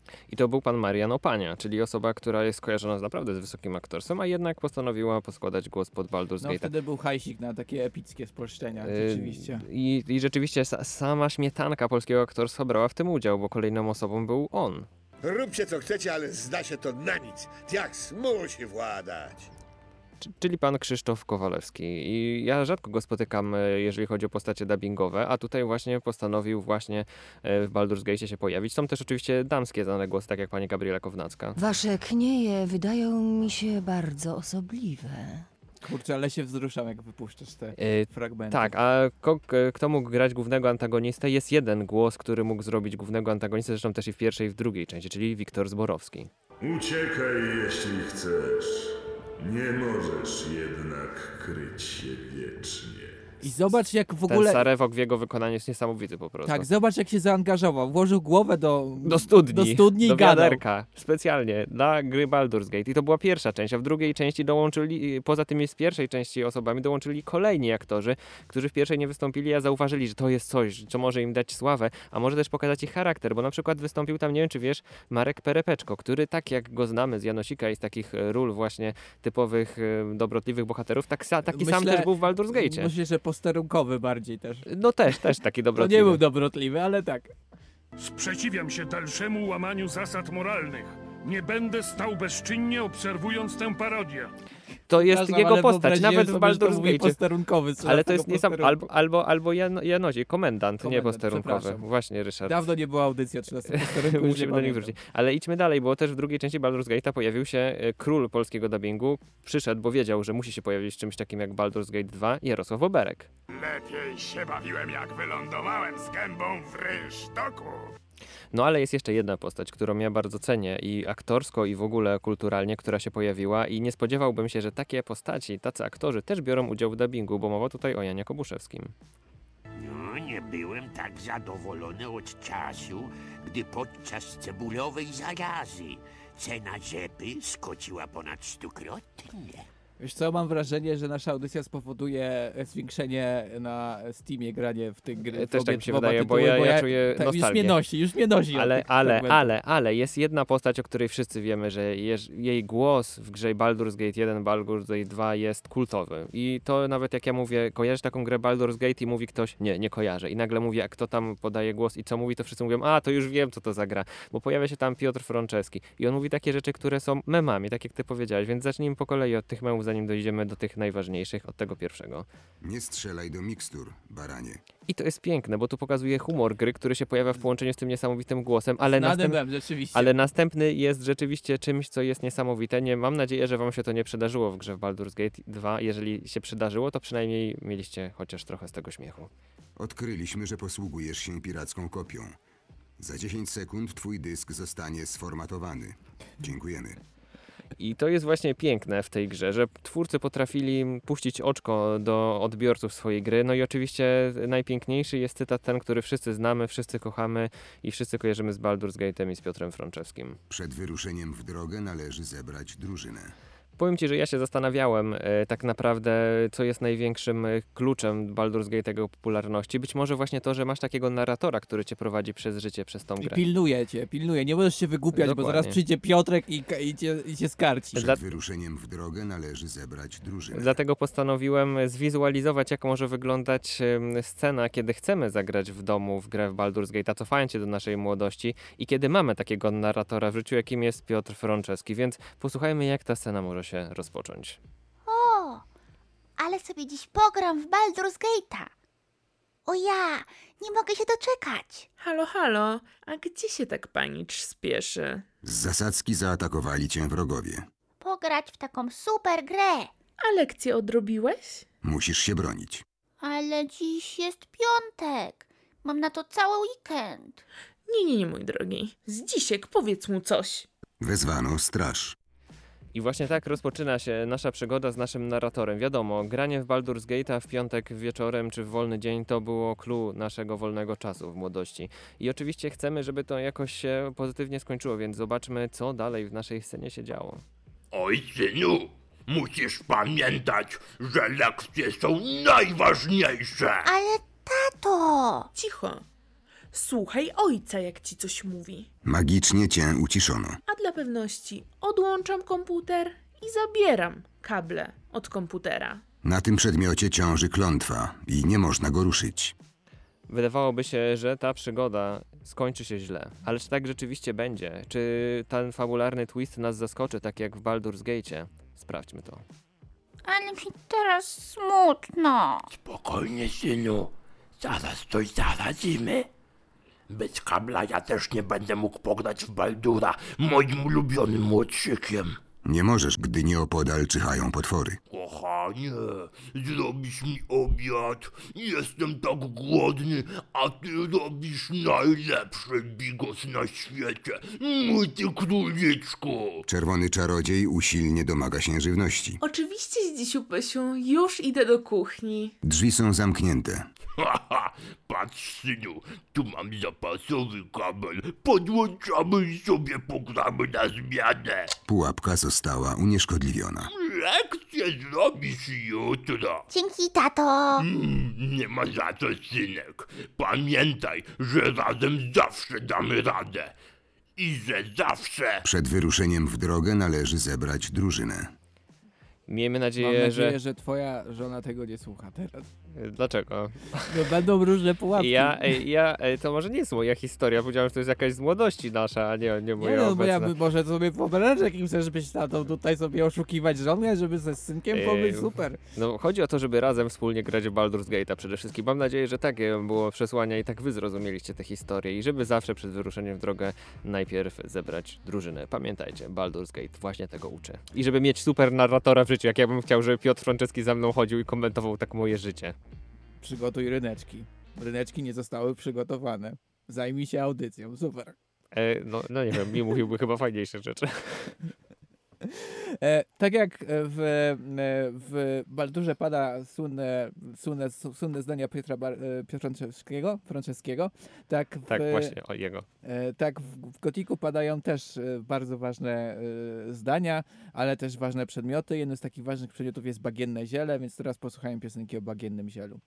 I to był pan Marian Opania, czyli osoba, która jest kojarzona z naprawdę z wysokim aktorstwem, a jednak postanowiła poskładać głos pod Baldur's No Gate. wtedy był hajsik na takie epickie spolszczenia, Yy, rzeczywiście. I, I rzeczywiście sa, sama śmietanka polskiego aktorstwa brała w tym udział, bo kolejną osobą był on. Róbcie co chcecie, ale zda się to na nic. Diaks musi władać. Czyli pan Krzysztof Kowalewski. I ja rzadko go spotykam, jeżeli chodzi o postacie dubbingowe, a tutaj właśnie postanowił właśnie w Baldur's Gate się pojawić. Są też oczywiście damskie znane głosy, tak jak pani Gabriela Kownacka. Wasze knieje wydają mi się bardzo osobliwe. Kurczę, ale się wzruszam, jak wypuszczasz te Yy, fragmenty. Tak, a ko, kto mógł grać głównego antagonistę? Jest jeden głos, który mógł zrobić głównego antagonistę, zresztą też i w pierwszej i w drugiej części, czyli Wiktor Zborowski. Uciekaj, jeśli chcesz. Nie możesz jednak kryć się wiecznie. I zobacz, jak w Ten ogóle... Sarewok w jego wykonaniu jest niesamowity po prostu. Tak, zobacz, jak się zaangażował. Włożył głowę do... Do studni, do, studni do i gadał. wiaderka, specjalnie dla gry Baldur's Gate. I to była pierwsza część, a w drugiej części dołączyli, poza tymi z pierwszej części osobami, dołączyli kolejni aktorzy, którzy w pierwszej nie wystąpili, a zauważyli, że to jest coś, co może im dać sławę, a może też pokazać ich charakter, bo na przykład wystąpił tam, nie wiem czy wiesz, Marek Perepeczko, który tak jak go znamy z Janosika i z takich ról właśnie typowych, dobrotliwych bohaterów, tak, taki Myślę, sam też był w Baldur's Gate. Myślę, że posterunkowy bardziej też. No też, też taki dobrotliwy. To nie był dobrotliwy, ale tak. Sprzeciwiam się dalszemu łamaniu zasad moralnych. Nie będę stał bezczynnie, obserwując tę parodię. To jest Przepraszam, jego ale postać, wyobraziłem nawet w sobie, że to Baldur's mój Gate. posterunkowy z Ale to jest tego niesam... posterunku. Albo, albo, albo Jan, Janozie, komendant, nie Komendant, posterunkowy. przepraszam. Właśnie, Ryszard. Dawno nie była audycji o trzynastym posterunku. Musimy do nich wrócić. Ale idźmy dalej, bo też w drugiej części Baldur's Gate'a pojawił się e, król polskiego dubbingu. Przyszedł, bo wiedział, że musi się pojawić w czymś takim jak Baldur's Gate dwa, Jarosław Boberek. Lepiej się bawiłem, jak wylądowałem z gębą w rynsztoku. No ale jest jeszcze jedna postać, którą ja bardzo cenię i aktorsko i w ogóle kulturalnie, która się pojawiła i nie spodziewałbym się, że takie postaci, tacy aktorzy też biorą udział w dubbingu, bo mowa tutaj o Janie Kobuszewskim. No, nie byłem tak zadowolony od czasu, gdy podczas cebulowej zarazy cena rzepy skoczyła ponad stukrotnie. Wiesz co, mam wrażenie, że nasza audycja spowoduje zwiększenie na Steamie granie w tych gry. Też obie, tak mi się oba wydaje, tytuły, bo ja, ja czuję tak, nostalgię. Już mnie nosi, już mnie nosi. Ale, ale, ale, ale jest jedna postać, o której wszyscy wiemy, że jeż, jej głos w grze Baldur's Gate jeden, Baldur's Gate dwa jest kultowy. I to nawet jak ja mówię, kojarzysz taką grę Baldur's Gate i mówi ktoś, nie, nie kojarzę. I nagle mówię, a kto tam podaje głos i co mówi, to wszyscy mówią, a to już wiem, co to za gra. Bo pojawia się tam Piotr Frączewski. I on mówi takie rzeczy, które są memami, tak jak ty powiedziałeś. Więc zacznijmy po kolei od tych memów, zanim dojdziemy do tych najważniejszych, od tego pierwszego. Nie strzelaj do mikstur, baranie. I to jest piękne, bo tu pokazuje humor gry, który się pojawia w połączeniu z tym niesamowitym głosem, ale, Znany następ... mem, rzeczywiście. ale następny jest rzeczywiście czymś, co jest niesamowite. Nie, mam nadzieję, że wam się to nie przydarzyło w grze w Baldur's Gate dwa. Jeżeli się przydarzyło, to przynajmniej mieliście chociaż trochę z tego śmiechu. Odkryliśmy, że posługujesz się piracką kopią. Za dziesięć sekund twój dysk zostanie sformatowany. Dziękujemy. I to jest właśnie piękne w tej grze, że twórcy potrafili puścić oczko do odbiorców swojej gry. No i oczywiście najpiękniejszy jest cytat ten, który wszyscy znamy, wszyscy kochamy i wszyscy kojarzymy z Baldur's Gate'em i z Piotrem Frączewskim. Przed wyruszeniem w drogę należy zebrać drużynę. Powiem ci, że ja się zastanawiałem e, tak naprawdę, co jest największym e, kluczem Baldur's Gate jego popularności. Być może właśnie to, że masz takiego narratora, który cię prowadzi przez życie, przez tą I grę. pilnuje cię, pilnuje. Nie możesz się wygłupiać, Dokładnie. bo zaraz przyjdzie Piotrek i, i, cię, i cię skarci. Przed Dla... wyruszeniem w drogę należy zebrać drużynę. Dlatego postanowiłem zwizualizować, jak może wyglądać e, scena, kiedy chcemy zagrać w domu w grę w Baldur's Gate, a cofając się do naszej młodości i kiedy mamy takiego narratora w życiu, jakim jest Piotr Frączewski. Więc posłuchajmy, jak ta scena może się rozpocząć. O, ale sobie dziś pogram w Baldur's Gate'a. O ja, nie mogę się doczekać. Halo, halo, a gdzie się tak panicz spieszy? Z zasadzki zaatakowali cię wrogowie. Pograć w taką super grę. A lekcję odrobiłeś? Musisz się bronić. Ale dziś jest piątek. Mam na to cały weekend. Nie, nie, nie, mój drogi. Zdzisiek, powiedz mu coś. Wezwano straż. I właśnie tak rozpoczyna się nasza przygoda z naszym narratorem. Wiadomo, granie w Baldur's Gate'a w piątek wieczorem czy w wolny dzień to było clue naszego wolnego czasu w młodości. I oczywiście chcemy, żeby to jakoś się pozytywnie skończyło, więc zobaczmy, co dalej w naszej scenie się działo. Oj, synu, musisz pamiętać, że lekcje są najważniejsze. Ale tato! Cicho. Słuchaj ojca, jak ci coś mówi. Magicznie cię uciszono. A dla pewności odłączam komputer i zabieram kable od komputera. Na tym przedmiocie ciąży klątwa i nie można go ruszyć. Wydawałoby się, że ta przygoda skończy się źle. Ale czy tak rzeczywiście będzie? Czy ten fabularny twist nas zaskoczy, tak jak w Baldur's Gate'cie? Sprawdźmy to. Ale mi teraz smutno. Spokojnie, synu. Zaraz coś zaradzimy. Bez kabla ja też nie będę mógł pograć w Baldura moim ulubionym młodszykiem. Nie możesz, gdy nieopodal czyhają potwory. Kochanie, zrobisz mi obiad. Jestem tak głodny, a ty robisz najlepszy bigos na świecie. Mój ty króliczku. Czerwony czarodziej usilnie domaga się żywności. Oczywiście, Zdzisiu Pysiu, już idę do kuchni. Drzwi są zamknięte. Haha, patrz synu, tu mam zapasowy kabel. Podłączamy i sobie pogramy na zmianę. Pułapka została unieszkodliwiona. Lekcję zrobisz jutro. Dzięki, tato. Mm, nie ma za co, synek. Pamiętaj, że razem zawsze damy radę. I że zawsze... Przed wyruszeniem w drogę należy zebrać drużynę. Miejmy nadzieję, Mam nadzieję, że... że twoja żona tego nie słucha teraz. Dlaczego? No będą różne pułapki. Ja, ej, ja, ej, to może nie jest moja historia, powiedziałem, że to jest jakaś z młodości nasza, a nie, nie moja Nie no, bo ja obecna. by- może sobie wyobrażasz, jakim chcesz być tatą, tutaj sobie oszukiwać żonę, żeby ze synkiem pobyć, Ej, super. No chodzi o to, żeby razem wspólnie grać w Baldur's Gate'a przede wszystkim. Mam nadzieję, że takie było przesłanie i tak wy zrozumieliście tę historię i żeby zawsze przed wyruszeniem w drogę najpierw zebrać drużynę. Pamiętajcie, Baldur's Gate właśnie tego uczy. I żeby mieć super narratora w życiu, jak ja bym chciał, żeby Piotr Franceski za mną chodził i komentował tak moje życie. Przygotuj ryneczki. Ryneczki nie zostały przygotowane. Zajmij się audycją, super. E, no, no nie wiem, mi mówiłby chyba fajniejsze rzeczy. E, tak jak w, e, w Baldurze pada słynne, słynne, słynne zdania Piotra, Bar, e, Piotra Franceskiego, Franceskiego, tak w, Tak, właśnie, o jego. e, tak w, w Gotiku padają też e, bardzo ważne e, zdania, ale też ważne przedmioty. Jednym z takich ważnych przedmiotów jest bagienne ziele, więc teraz posłuchajmy piosenki o bagiennym zielu.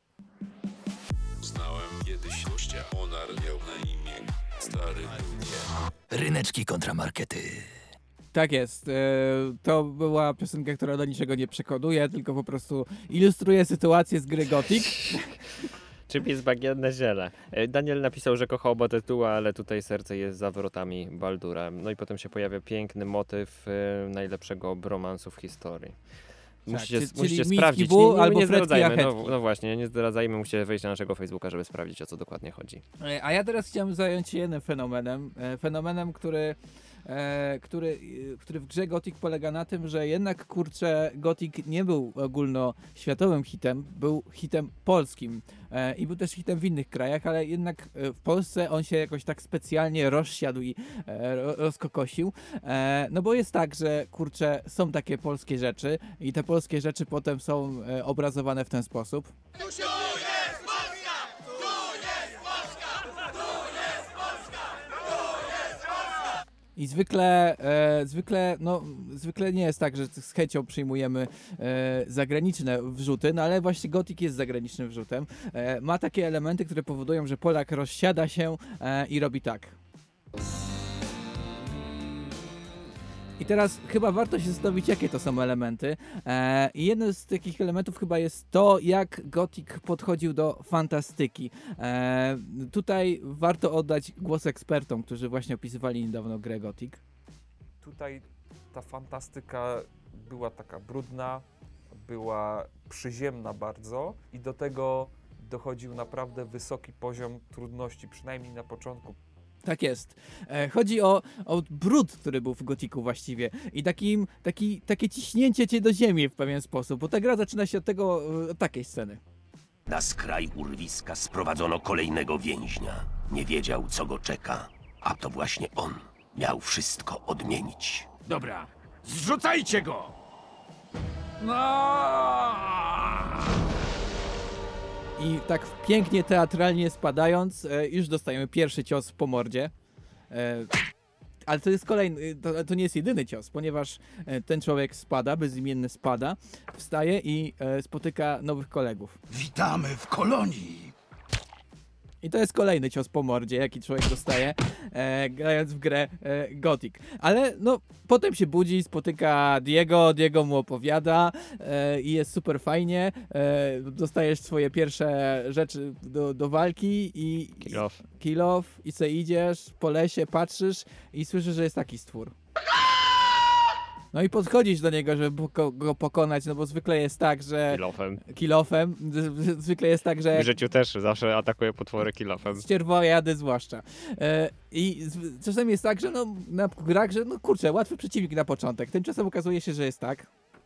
Znałem kiedyś gościa, Onar miał na imię Stary Ludzie. Ryneczki kontramarkety. Tak jest. E, to była piosenka, która do niczego nie przekonuje, tylko po prostu ilustruje sytuację z gry Gothic. Czym jest bagienne ziele? E, Daniel napisał, że kocha oba tytuły, ale tutaj serce jest za wrotami Baldura. No i potem się pojawia piękny motyw e, najlepszego bromansu w historii. Musicie, czyli- czyli musicie Miński sprawdzić. Buł Nie, nie, albo nie Fredki zdradzajmy. No, Jachetki. no właśnie, nie zdradzajmy. Musicie wejść na naszego Facebooka, żeby sprawdzić, o co dokładnie chodzi. E, A ja teraz chciałem zająć się jednym fenomenem. E, Fenomenem, który, e, który, e, który w grze Gothic polega na tym, że jednak kurczę Gothic nie był ogólnoświatowym hitem, był hitem polskim e, i był też hitem w innych krajach, ale jednak e, w Polsce on się jakoś tak specjalnie rozsiadł i e, ro- rozkokosił. E, no bo jest tak, że kurczę są takie polskie rzeczy i te polskie rzeczy potem są e, obrazowane w ten sposób. I zwykle, e, zwykle, no, zwykle nie jest tak, że z chęcią przyjmujemy e, zagraniczne wrzuty, no ale właśnie Gothic jest zagranicznym wrzutem. E, ma takie elementy, które powodują, że Polak rozsiada się e, i robi tak. I teraz chyba warto się zastanowić, jakie to są elementy. E, I jednym z takich elementów chyba jest to, jak Gothic podchodził do fantastyki. E, tutaj warto oddać głos ekspertom, którzy właśnie opisywali niedawno grę Gothic. Tutaj ta fantastyka była taka brudna, była przyziemna bardzo i do tego dochodził naprawdę wysoki poziom trudności, przynajmniej na początku. Tak jest. E, chodzi o, o brud, który był w Gothicu właściwie i takim, taki, takie ciśnięcie cię do ziemi w pewien sposób, bo ta gra zaczyna się od tego, e, od takiej sceny. Na skraj urwiska sprowadzono kolejnego więźnia. Nie wiedział, co go czeka, a to właśnie on miał wszystko odmienić. Dobra, zrzucajcie go! No! I tak pięknie, teatralnie spadając, e, już dostajemy pierwszy cios po mordzie. E, ale to jest kolejny, to, to nie jest jedyny cios, ponieważ e, ten człowiek spada, bezimienny spada, wstaje i e, spotyka nowych kolegów. Witamy w kolonii. I to jest kolejny cios po mordzie, jaki człowiek dostaje, e, grając w grę e, Gothic. Ale no, potem się budzi, spotyka Diego, Diego mu opowiada e, i jest super fajnie. E, dostajesz swoje pierwsze rzeczy do, do walki i... Kill off. Kill off i se idziesz po lesie, patrzysz i słyszysz, że jest taki stwór. No i podchodzisz do niego, żeby poko- go pokonać, no bo zwykle jest tak, że... Kill-offem. Kill-offem. Z- zwykle jest tak, że... W życiu też zawsze atakuję potwory kill-offem. Ścierwojady zwłaszcza. E, I z- czasem jest tak, że no na grach, że no kurczę, łatwy przeciwnik na początek. Tymczasem okazuje się, że jest tak.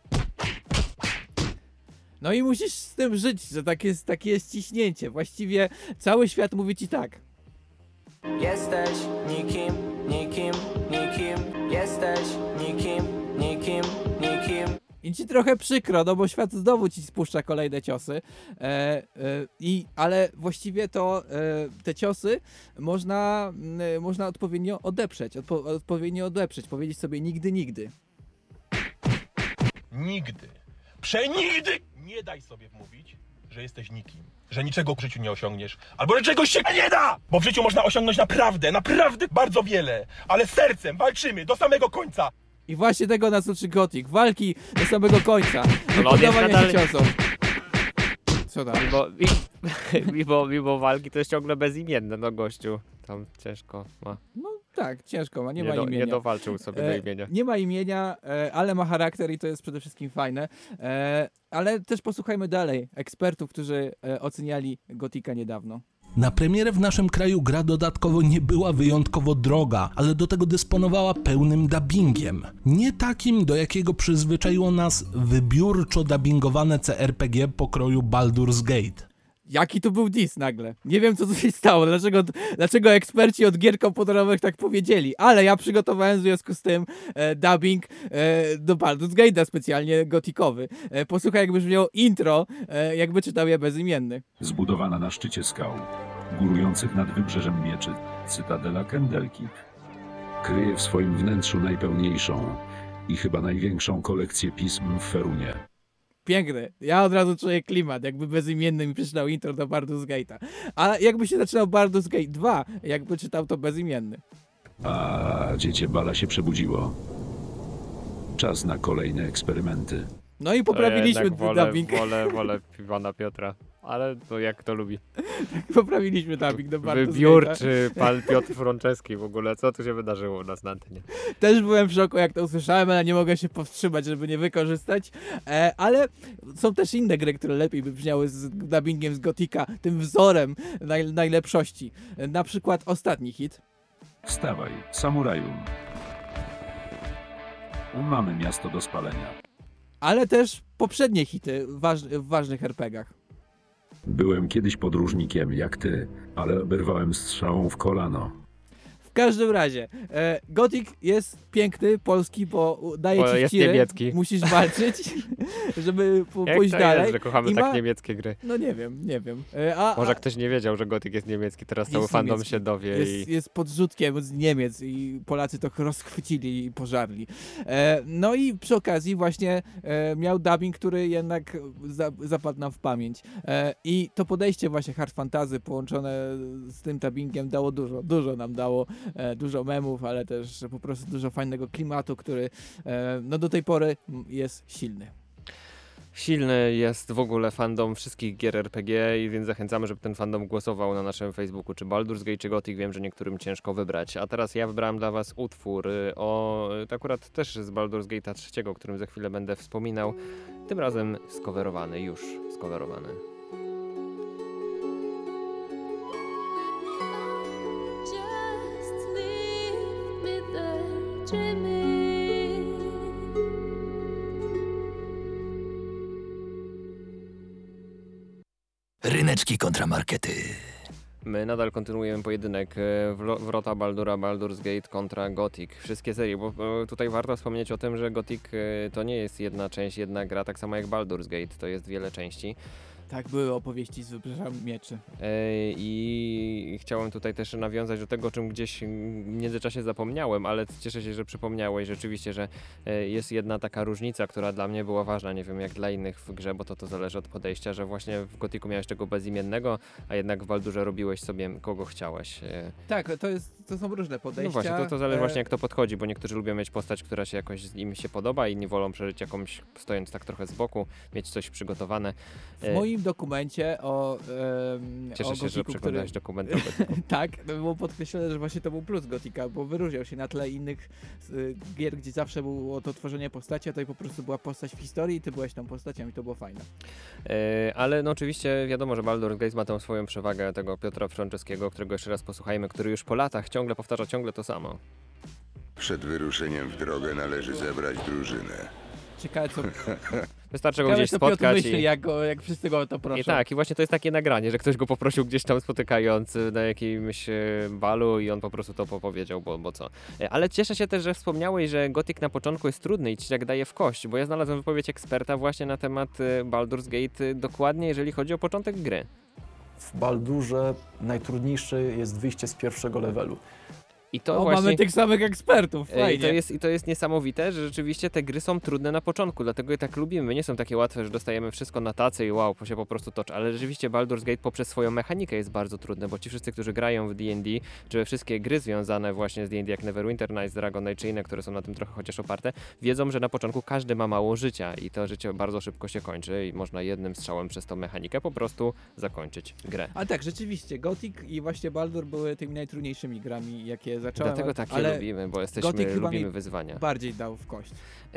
No i musisz z tym żyć, że tak jest, takie jest ciśnięcie. Właściwie cały świat mówi ci tak. Jesteś nikim, nikim, nikim. Jesteś nikim, nikim, nikim. I ci trochę przykro, no bo świat znowu ci spuszcza kolejne ciosy. E, e, i, ale właściwie to e, te ciosy można, e, można odpowiednio odeprzeć. Odpo, odpowiednio odeprzeć. Powiedzieć sobie nigdy, nigdy. Nigdy. Przenigdy nie daj sobie wmówić, że jesteś nikim. Że niczego w życiu nie osiągniesz. Albo że czegoś się nie da! Bo w życiu można osiągnąć naprawdę, naprawdę bardzo wiele. Ale sercem walczymy do samego końca. I właśnie tego nas uczy Gothic. Walki do samego końca. Nie No on jest poddawania się nadal- ciosom. Co tam? Mimo, mimo, mimo walki to jest ciągle bezimienne, no gościu. Tam ciężko ma. No tak, ciężko ma, nie, Nie ma do- imienia. nie dowalczył sobie do imienia. Nie ma imienia, e, ale ma charakter i to jest przede wszystkim fajne. E, ale też posłuchajmy dalej ekspertów, którzy e, oceniali Gothica niedawno. Na premierę w naszym kraju gra dodatkowo nie była wyjątkowo droga, ale do tego dysponowała pełnym dubbingiem. Nie takim, do jakiego przyzwyczaiło nas wybiórczo dubbingowane C R P G pokroju Baldur's Gate. Jaki to był diss nagle? Nie wiem, co tu się stało, dlaczego, dlaczego eksperci od gier komputerowych tak powiedzieli, ale ja przygotowałem w związku z tym e, dubbing e, do Baldur's Gate'a, specjalnie gotikowy. E, posłuchaj, jakby brzmiało intro, e, jakby czytał je bezimienny. Zbudowana na szczycie skał, górujących nad wybrzeżem mieczy, Cytadela Candlekeep kryje w swoim wnętrzu najpełniejszą i chyba największą kolekcję pism w Ferunie. Piękny. Ja od razu czuję klimat, jakby bezimienny mi przeczytał intro do Baldur's Gate'a. A jakby się zaczynał Baldur's Gate dwa, jakby czytał to bezimienny. A dziecię Bala się przebudziło. Czas na kolejne eksperymenty. No i poprawiliśmy Jednak wolę, dubbing. wolę, wolę pana Piotra, ale to jak to lubi. Poprawiliśmy dubbing do Baldur's Gate'a. Wybiórczy pan Piotr Frączeski w ogóle, co tu się wydarzyło u nas na antenie? Też byłem w szoku, jak to usłyszałem, ale nie mogę się powstrzymać, żeby nie wykorzystać. E, ale są też inne gry, które lepiej by brzmiały z dubbingiem z Gothica, tym wzorem naj, najlepszości. E, na przykład ostatni hit. Wstawaj, samuraju. Mamy miasto do spalenia. Ale też poprzednie hity w, waż, w ważnych er pe gach. Byłem kiedyś podróżnikiem, jak ty, ale oberwałem strzałą w kolano. W każdym razie, e, Gothic jest piękny, polski, bo daje Bo ci jest wciry, niemiecki. musisz walczyć, żeby p- Jak pójść to dalej. jest, że kochamy I tak ma- niemieckie gry? No nie wiem, nie wiem. E, a, Może a, ktoś nie wiedział, że Gothic jest niemiecki, teraz cały Jest fandom niemiecki. się dowie Jest, i... jest podrzutkiem z Niemiec i Polacy to rozchwycili i pożarli. E, no i przy okazji właśnie e, miał dubbing, który jednak za, zapadł nam w pamięć. E, I to podejście właśnie hard fantasy połączone z tym dubbingiem dało dużo. Dużo nam dało, e, dużo memów, ale też po prostu dużo fajnego klimatu, który e, no do tej pory jest silny. Silny jest w ogóle fandom wszystkich gier er pe gie i więc zachęcamy, żeby ten fandom głosował na naszym Facebooku, czy Baldur's Gate, czy Gothic. Wiem, że niektórym ciężko wybrać. A teraz ja wybrałem dla was utwór y, o y, akurat też z Baldur's Gate'a trzeciego, o którym za chwilę będę wspominał. Tym razem skowerowany, już skowerowany. Just leave me there dreaming. Ryneczki kontra markety. My nadal kontynuujemy pojedynek e, Wro- Wrota Baldura, Baldur's Gate kontra Gothic. Wszystkie serie, bo e, tutaj warto wspomnieć o tym, że Gothic e, to nie jest jedna część, jedna gra, tak samo jak Baldur's Gate, to jest wiele części. Tak, były opowieści z Wybrzeża Mieczy. E, I chciałem tutaj też nawiązać do tego, o czym gdzieś w międzyczasie zapomniałem, ale cieszę się, że przypomniałeś rzeczywiście, że e, jest jedna taka różnica, która dla mnie była ważna, nie wiem jak dla innych w grze, bo to to zależy od podejścia, że właśnie w Gothicu miałeś tego bezimiennego, a jednak w Baldurze robiłeś sobie kogo chciałeś. E, Tak, to, jest, to są różne podejścia. No właśnie, to, to zależy E, właśnie jak to podchodzi, bo niektórzy lubią mieć postać, która się jakoś im się podoba, inni wolą przeżyć jakąś, stojąc tak trochę z boku, mieć coś przygotowane. W moim dokumencie o em, Cieszę o się, że Gothicu, przeglądałeś który... dokument o Gothicu. Tak, to było podkreślone, że właśnie to był plus Gothica, bo wyróżniał się na tle innych y, gier, gdzie zawsze było to tworzenie postaci, a tutaj po prostu była postać w historii i ty byłeś tą postacią i to było fajne. E, ale no oczywiście wiadomo, że Baldur's Gate ma tą swoją przewagę tego Piotra Franceskiego, którego jeszcze raz posłuchajmy, który już po latach ciągle powtarza ciągle to samo. Przed wyruszeniem w drogę należy zebrać drużynę. Ciekawe co... Wystarczy go Ciekawe, gdzieś co Piotr spotkać myśli, i... jak, go, jak wszyscy go o to proszą. I tak, i właśnie to jest takie nagranie, że ktoś go poprosił gdzieś tam spotykając na jakimś e, balu i on po prostu to powiedział, bo, bo co. E, Ale cieszę się też, że wspomniałeś, że Gothic na początku jest trudny i ci tak daje w kość, bo ja znalazłem wypowiedź eksperta właśnie na temat e, Baldur's Gate e, dokładnie, jeżeli chodzi o początek gry. W Baldurze najtrudniejsze jest wyjście z pierwszego levelu. I to o, właśnie... mamy tych samych ekspertów, fajnie. I to, jest, I to jest niesamowite, że rzeczywiście te gry są trudne na początku, dlatego je tak lubimy. Nie są takie łatwe, że dostajemy wszystko na tacy i wow, się po prostu toczy. Ale rzeczywiście Baldur's Gate poprzez swoją mechanikę jest bardzo trudne, bo ci wszyscy, którzy grają w D and D, czy we wszystkie gry związane właśnie z D and D, jak Neverwinter Nights, Dragon Age czy inne, które są na tym trochę chociaż oparte, wiedzą, że na początku każdy ma mało życia i to życie bardzo szybko się kończy i można jednym strzałem przez tą mechanikę po prostu zakończyć grę. A tak, rzeczywiście, Gothic i właśnie Baldur były tymi najtrudniejszymi grami, jakie zacząłem. Dlatego takie ale lubimy, bo jesteśmy, Gothic chyba lubimy mi wyzwania. bardziej dał w kość.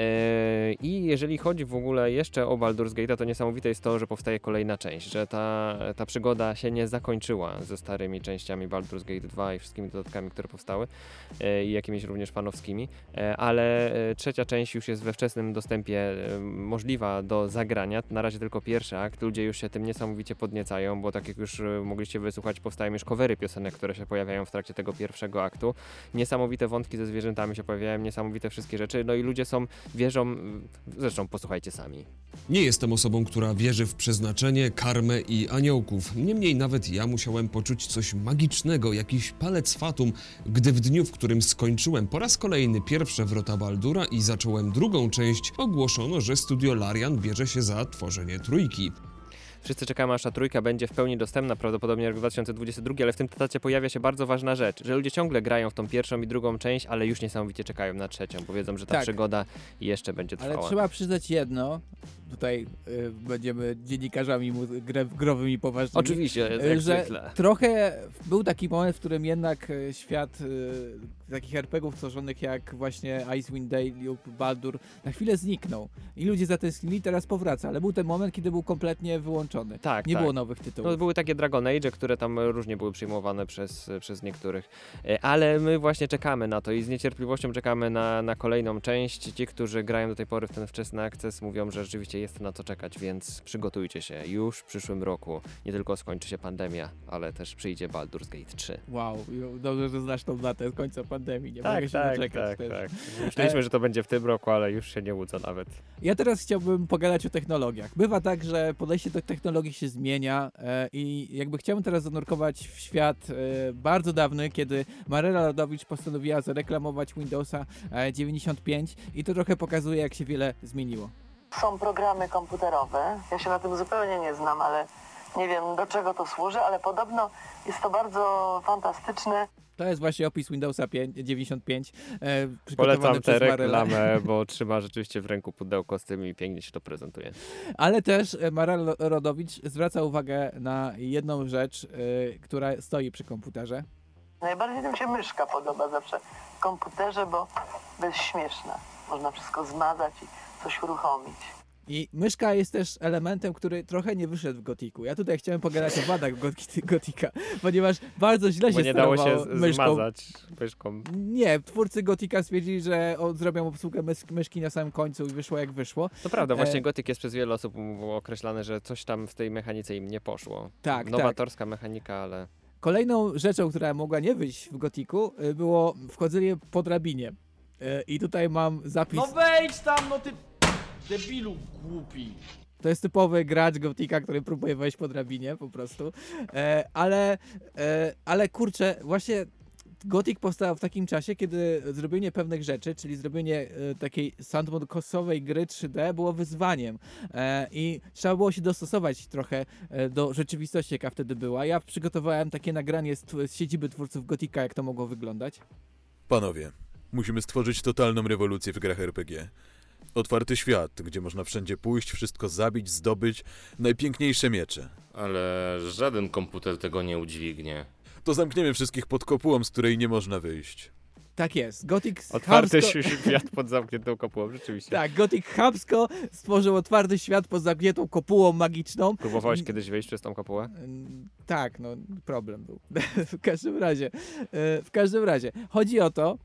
Eee, I jeżeli chodzi w ogóle jeszcze o Baldur's Gate, to niesamowite jest to, że powstaje kolejna część, że ta, ta przygoda się nie zakończyła ze starymi częściami Baldur's Gate dwa i wszystkimi dodatkami, które powstały e, i jakimiś również fanowskimi, e, ale e, trzecia część już jest we wczesnym dostępie e, możliwa do zagrania. Na razie tylko pierwszy akt. Ludzie już się tym niesamowicie podniecają, bo tak jak już e, mogliście wysłuchać, powstają już covery piosenek, które się pojawiają w trakcie tego pierwszego aktu. Niesamowite wątki ze zwierzętami się pojawiają, niesamowite wszystkie rzeczy, no i ludzie są, wierzą, zresztą posłuchajcie sami. Nie jestem osobą, która wierzy w przeznaczenie, karmę i aniołków. Niemniej nawet ja musiałem poczuć coś magicznego, jakiś palec fatum, gdy w dniu, w którym skończyłem po raz kolejny pierwsze wrota Baldura i zacząłem drugą część, ogłoszono, że studio Larian bierze się za tworzenie trójki. Wszyscy czekamy, aż ta trójka będzie w pełni dostępna, prawdopodobnie rok dwa tysiące dwudziesty drugi, ale w tym temacie pojawia się bardzo ważna rzecz, że ludzie ciągle grają w tą pierwszą i drugą część, ale już niesamowicie czekają na trzecią, bo wiedzą, że ta Tak. przygoda jeszcze będzie trwała. Ale trzeba przyznać jedno, tutaj y, będziemy dziennikarzami mu- gre- growymi poważnymi. Oczywiście, jak y, że zwykle. trochę był taki moment, w którym jednak y, świat y, takich er pe gie ów tworzonych jak właśnie Icewind Dale lub Baldur na chwilę zniknął. I ludzie zatęsknili, teraz powraca, ale był ten moment, kiedy był kompletnie wyłączony. Tak, Nie tak. było nowych tytułów. No, były takie Dragon Age, które tam różnie były przyjmowane przez, przez niektórych. E, Ale my właśnie czekamy na to i z niecierpliwością czekamy na, na kolejną część. Ci, którzy grają do tej pory w ten wczesny akces, mówią, że rzeczywiście jest na co czekać, więc przygotujcie się. Już w przyszłym roku nie tylko skończy się pandemia, ale też przyjdzie Baldur's Gate trzy. Wow, dobrze, że znasz tą datę końca pandemii, nie Tak, mogę się tak, doczekać tak, też. tak. Myśleliśmy, E, że to będzie w tym roku, ale już się nie łudzę nawet. Ja teraz chciałbym pogadać o technologiach. Bywa tak, że podejście do technologii się zmienia e, i jakby chciałbym teraz zanurkować w świat e, bardzo dawny, kiedy Marela Rodowicz postanowiła zareklamować Windowsa e, dziewięćdziesiąt pięć i to trochę pokazuje, jak się wiele zmieniło. Są programy komputerowe, ja się na tym zupełnie nie znam, ale nie wiem do czego to służy, ale podobno jest to bardzo fantastyczne. To jest właśnie opis Windowsa pięć, dziewięćdziesiąt pięć, e, przygotowany Polecam przez tę Marelę. reklamę, bo trzyma rzeczywiście w ręku pudełko z tym i pięknie się to prezentuje. Ale też e, Marela Rodowicz zwraca uwagę na jedną rzecz, e, która stoi przy komputerze. Najbardziej mi się myszka podoba zawsze w komputerze, bo jest śmieszna. Można wszystko zmazać i coś uruchomić. I myszka jest też elementem, który trochę nie wyszedł w Gothicu. Ja tutaj chciałem pogadać o wadach Gothi- Gothica, ponieważ bardzo źle Bo się nie dało się sterowało z- myszką. zmazać myszką. Nie, twórcy Gothica stwierdzili, że o, zrobią obsługę mys- myszki na samym końcu i wyszło jak wyszło. To prawda, właśnie E, Gothic jest przez wiele osób było określane, że coś tam w tej mechanice im nie poszło. Tak, Nowatorska mechanika, ale... Kolejną rzeczą, która mogła nie wyjść w Gothicu, y, było wchodzenie po drabinie. Y, I tutaj mam zapis. No wejdź tam, no ty debilu głupi. To jest typowy gracz Gotika, który próbuje wejść po drabinie po prostu. E, ale, e, ale kurczę, właśnie Gothic powstał w takim czasie, kiedy zrobienie pewnych rzeczy, czyli zrobienie e, takiej sandboxowej gry trzy D było wyzwaniem e, i trzeba było się dostosować trochę e, do rzeczywistości, jaka wtedy była. Ja przygotowałem takie nagranie z, tw- z siedziby twórców Gotika, jak to mogło wyglądać. Panowie, musimy stworzyć totalną rewolucję w grach R P G. Otwarty świat, gdzie można wszędzie pójść, wszystko zabić, zdobyć, najpiękniejsze miecze. Ale żaden komputer tego nie udźwignie. To zamkniemy wszystkich pod kopułą, z której nie można wyjść. Tak jest. Gothic Otwarty chamsko... świat pod zamkniętą kopułą, rzeczywiście. Tak, Gothic chamsko stworzył otwarty świat pod zamkniętą kopułą magiczną. Próbowałeś kiedyś wejść przez tą kopułę? Tak, no problem był. w każdym razie, w każdym razie, chodzi o to,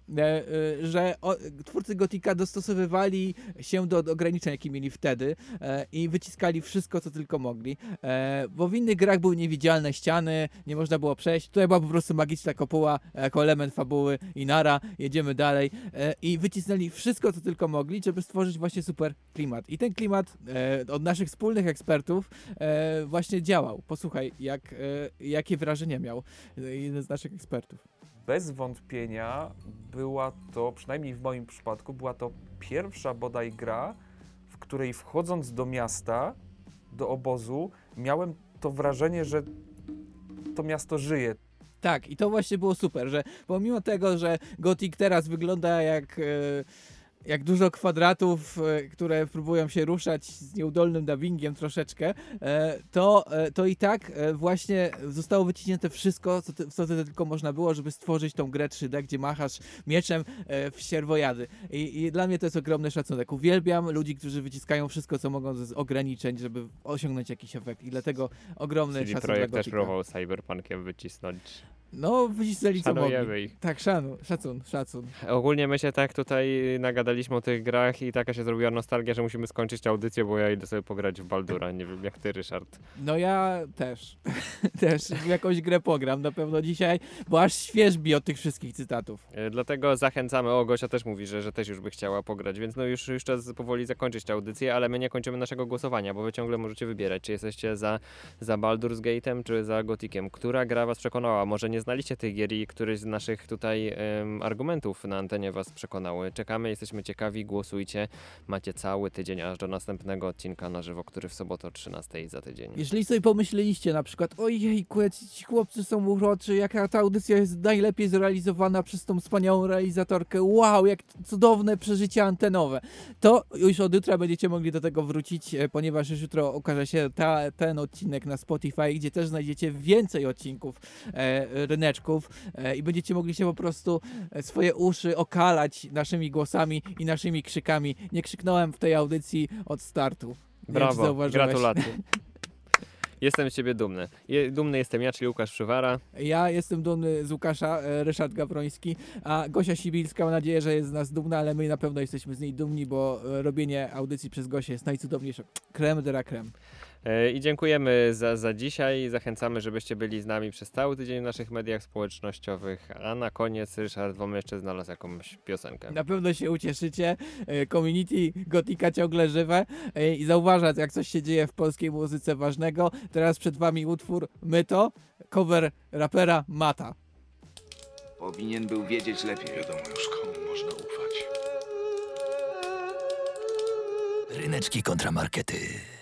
że twórcy Gotika dostosowywali się do ograniczeń, jakie mieli wtedy i wyciskali wszystko, co tylko mogli, bo w innych grach były niewidzialne ściany, nie można było przejść. Tutaj była po prostu magiczna kopuła jako element fabuły i nara, jedziemy dalej i wycisnęli wszystko, co tylko mogli, żeby stworzyć właśnie super klimat. I ten klimat od naszych wspólnych ekspertów właśnie działał. Posłuchaj, jak jakie wrażenie miał jeden z naszych ekspertów. Bez wątpienia była to, przynajmniej w moim przypadku, była to pierwsza bodaj gra, w której wchodząc do miasta, do obozu, miałem to wrażenie, że to miasto żyje. Tak, i to właśnie było super, że pomimo tego, że Gothic teraz wygląda jak... E, jak dużo kwadratów, które próbują się ruszać z nieudolnym dubbingiem troszeczkę, to, to i tak właśnie zostało wyciśnięte wszystko, co, ty, co ty tylko można było, żeby stworzyć tą grę trzy D, gdzie machasz mieczem w ścierwojady. I, I dla mnie to jest ogromny szacunek. Uwielbiam ludzi, którzy wyciskają wszystko, co mogą z ograniczeń, żeby osiągnąć jakiś efekt. I dlatego ogromny Czyli szacunek projekt dla też Gothica. próbował Cyberpunkiem wycisnąć. No, wycisnęli co mogli. Ich. Tak, szanu, szacun, szacun. Ogólnie my się tak tutaj nagadaliśmy o tych grach i taka się zrobiła nostalgia, że musimy skończyć audycję, bo ja idę sobie pograć w Baldura. Nie wiem jak ty, Ryszard. No ja też. też w jakąś grę pogram na pewno dzisiaj, bo aż świeżbi od tych wszystkich cytatów. E, dlatego zachęcamy. O, Gosia też mówi, że, że też już by chciała pograć, więc no już, już czas powoli zakończyć tę audycję, ale my nie kończymy naszego głosowania, bo wy ciągle możecie wybierać, czy jesteście za, za Baldur's Gate'em, czy za Gothiciem. Która gra was przekonała? Może nie znaliście tych gier i któryś z naszych tutaj um, argumentów na antenie was przekonały. Czekamy, jesteśmy ciekawi, głosujcie. Macie cały tydzień aż do następnego odcinka na żywo, który w sobotę o trzynastej za tydzień. Jeżeli sobie pomyśleliście na przykład, ojejku, ci chłopcy są uroczy, jaka ta audycja jest najlepiej zrealizowana przez tą wspaniałą realizatorkę, wow, jak cudowne przeżycia antenowe, to już od jutra będziecie mogli do tego wrócić, ponieważ już jutro okaże się ta, ten odcinek na Spotify, gdzie też znajdziecie więcej odcinków e, ryneczków e, i będziecie mogli się po prostu e, swoje uszy okalać naszymi głosami i naszymi krzykami. Nie krzyknąłem w tej audycji od startu. Brawo, gratulacje. Jestem z ciebie dumny. Je, dumny jestem ja, czyli Łukasz Przywara. Ja jestem dumny z Łukasza, e, Ryszard Gawroński, a Gosia Sibilska, mam nadzieję, że jest z nas dumna, ale my na pewno jesteśmy z niej dumni, bo e, robienie audycji przez Gosię jest najcudowniejsze. Creme de la creme. E, I dziękujemy za, za dzisiaj. Zachęcamy, żebyście byli z nami przez cały tydzień w naszych mediach społecznościowych. A na koniec Ryszard wam jeszcze znalazł jakąś piosenkę. Na pewno się ucieszycie. E, community Gotika ciągle żywe e, i zauważać, jak coś się dzieje w polskiej muzyce ważnego. Teraz przed wami utwór My to, cover rapera Mata. Powinien był wiedzieć lepiej. Wiadomo już komu można ufać. Ryneczki kontramarkety.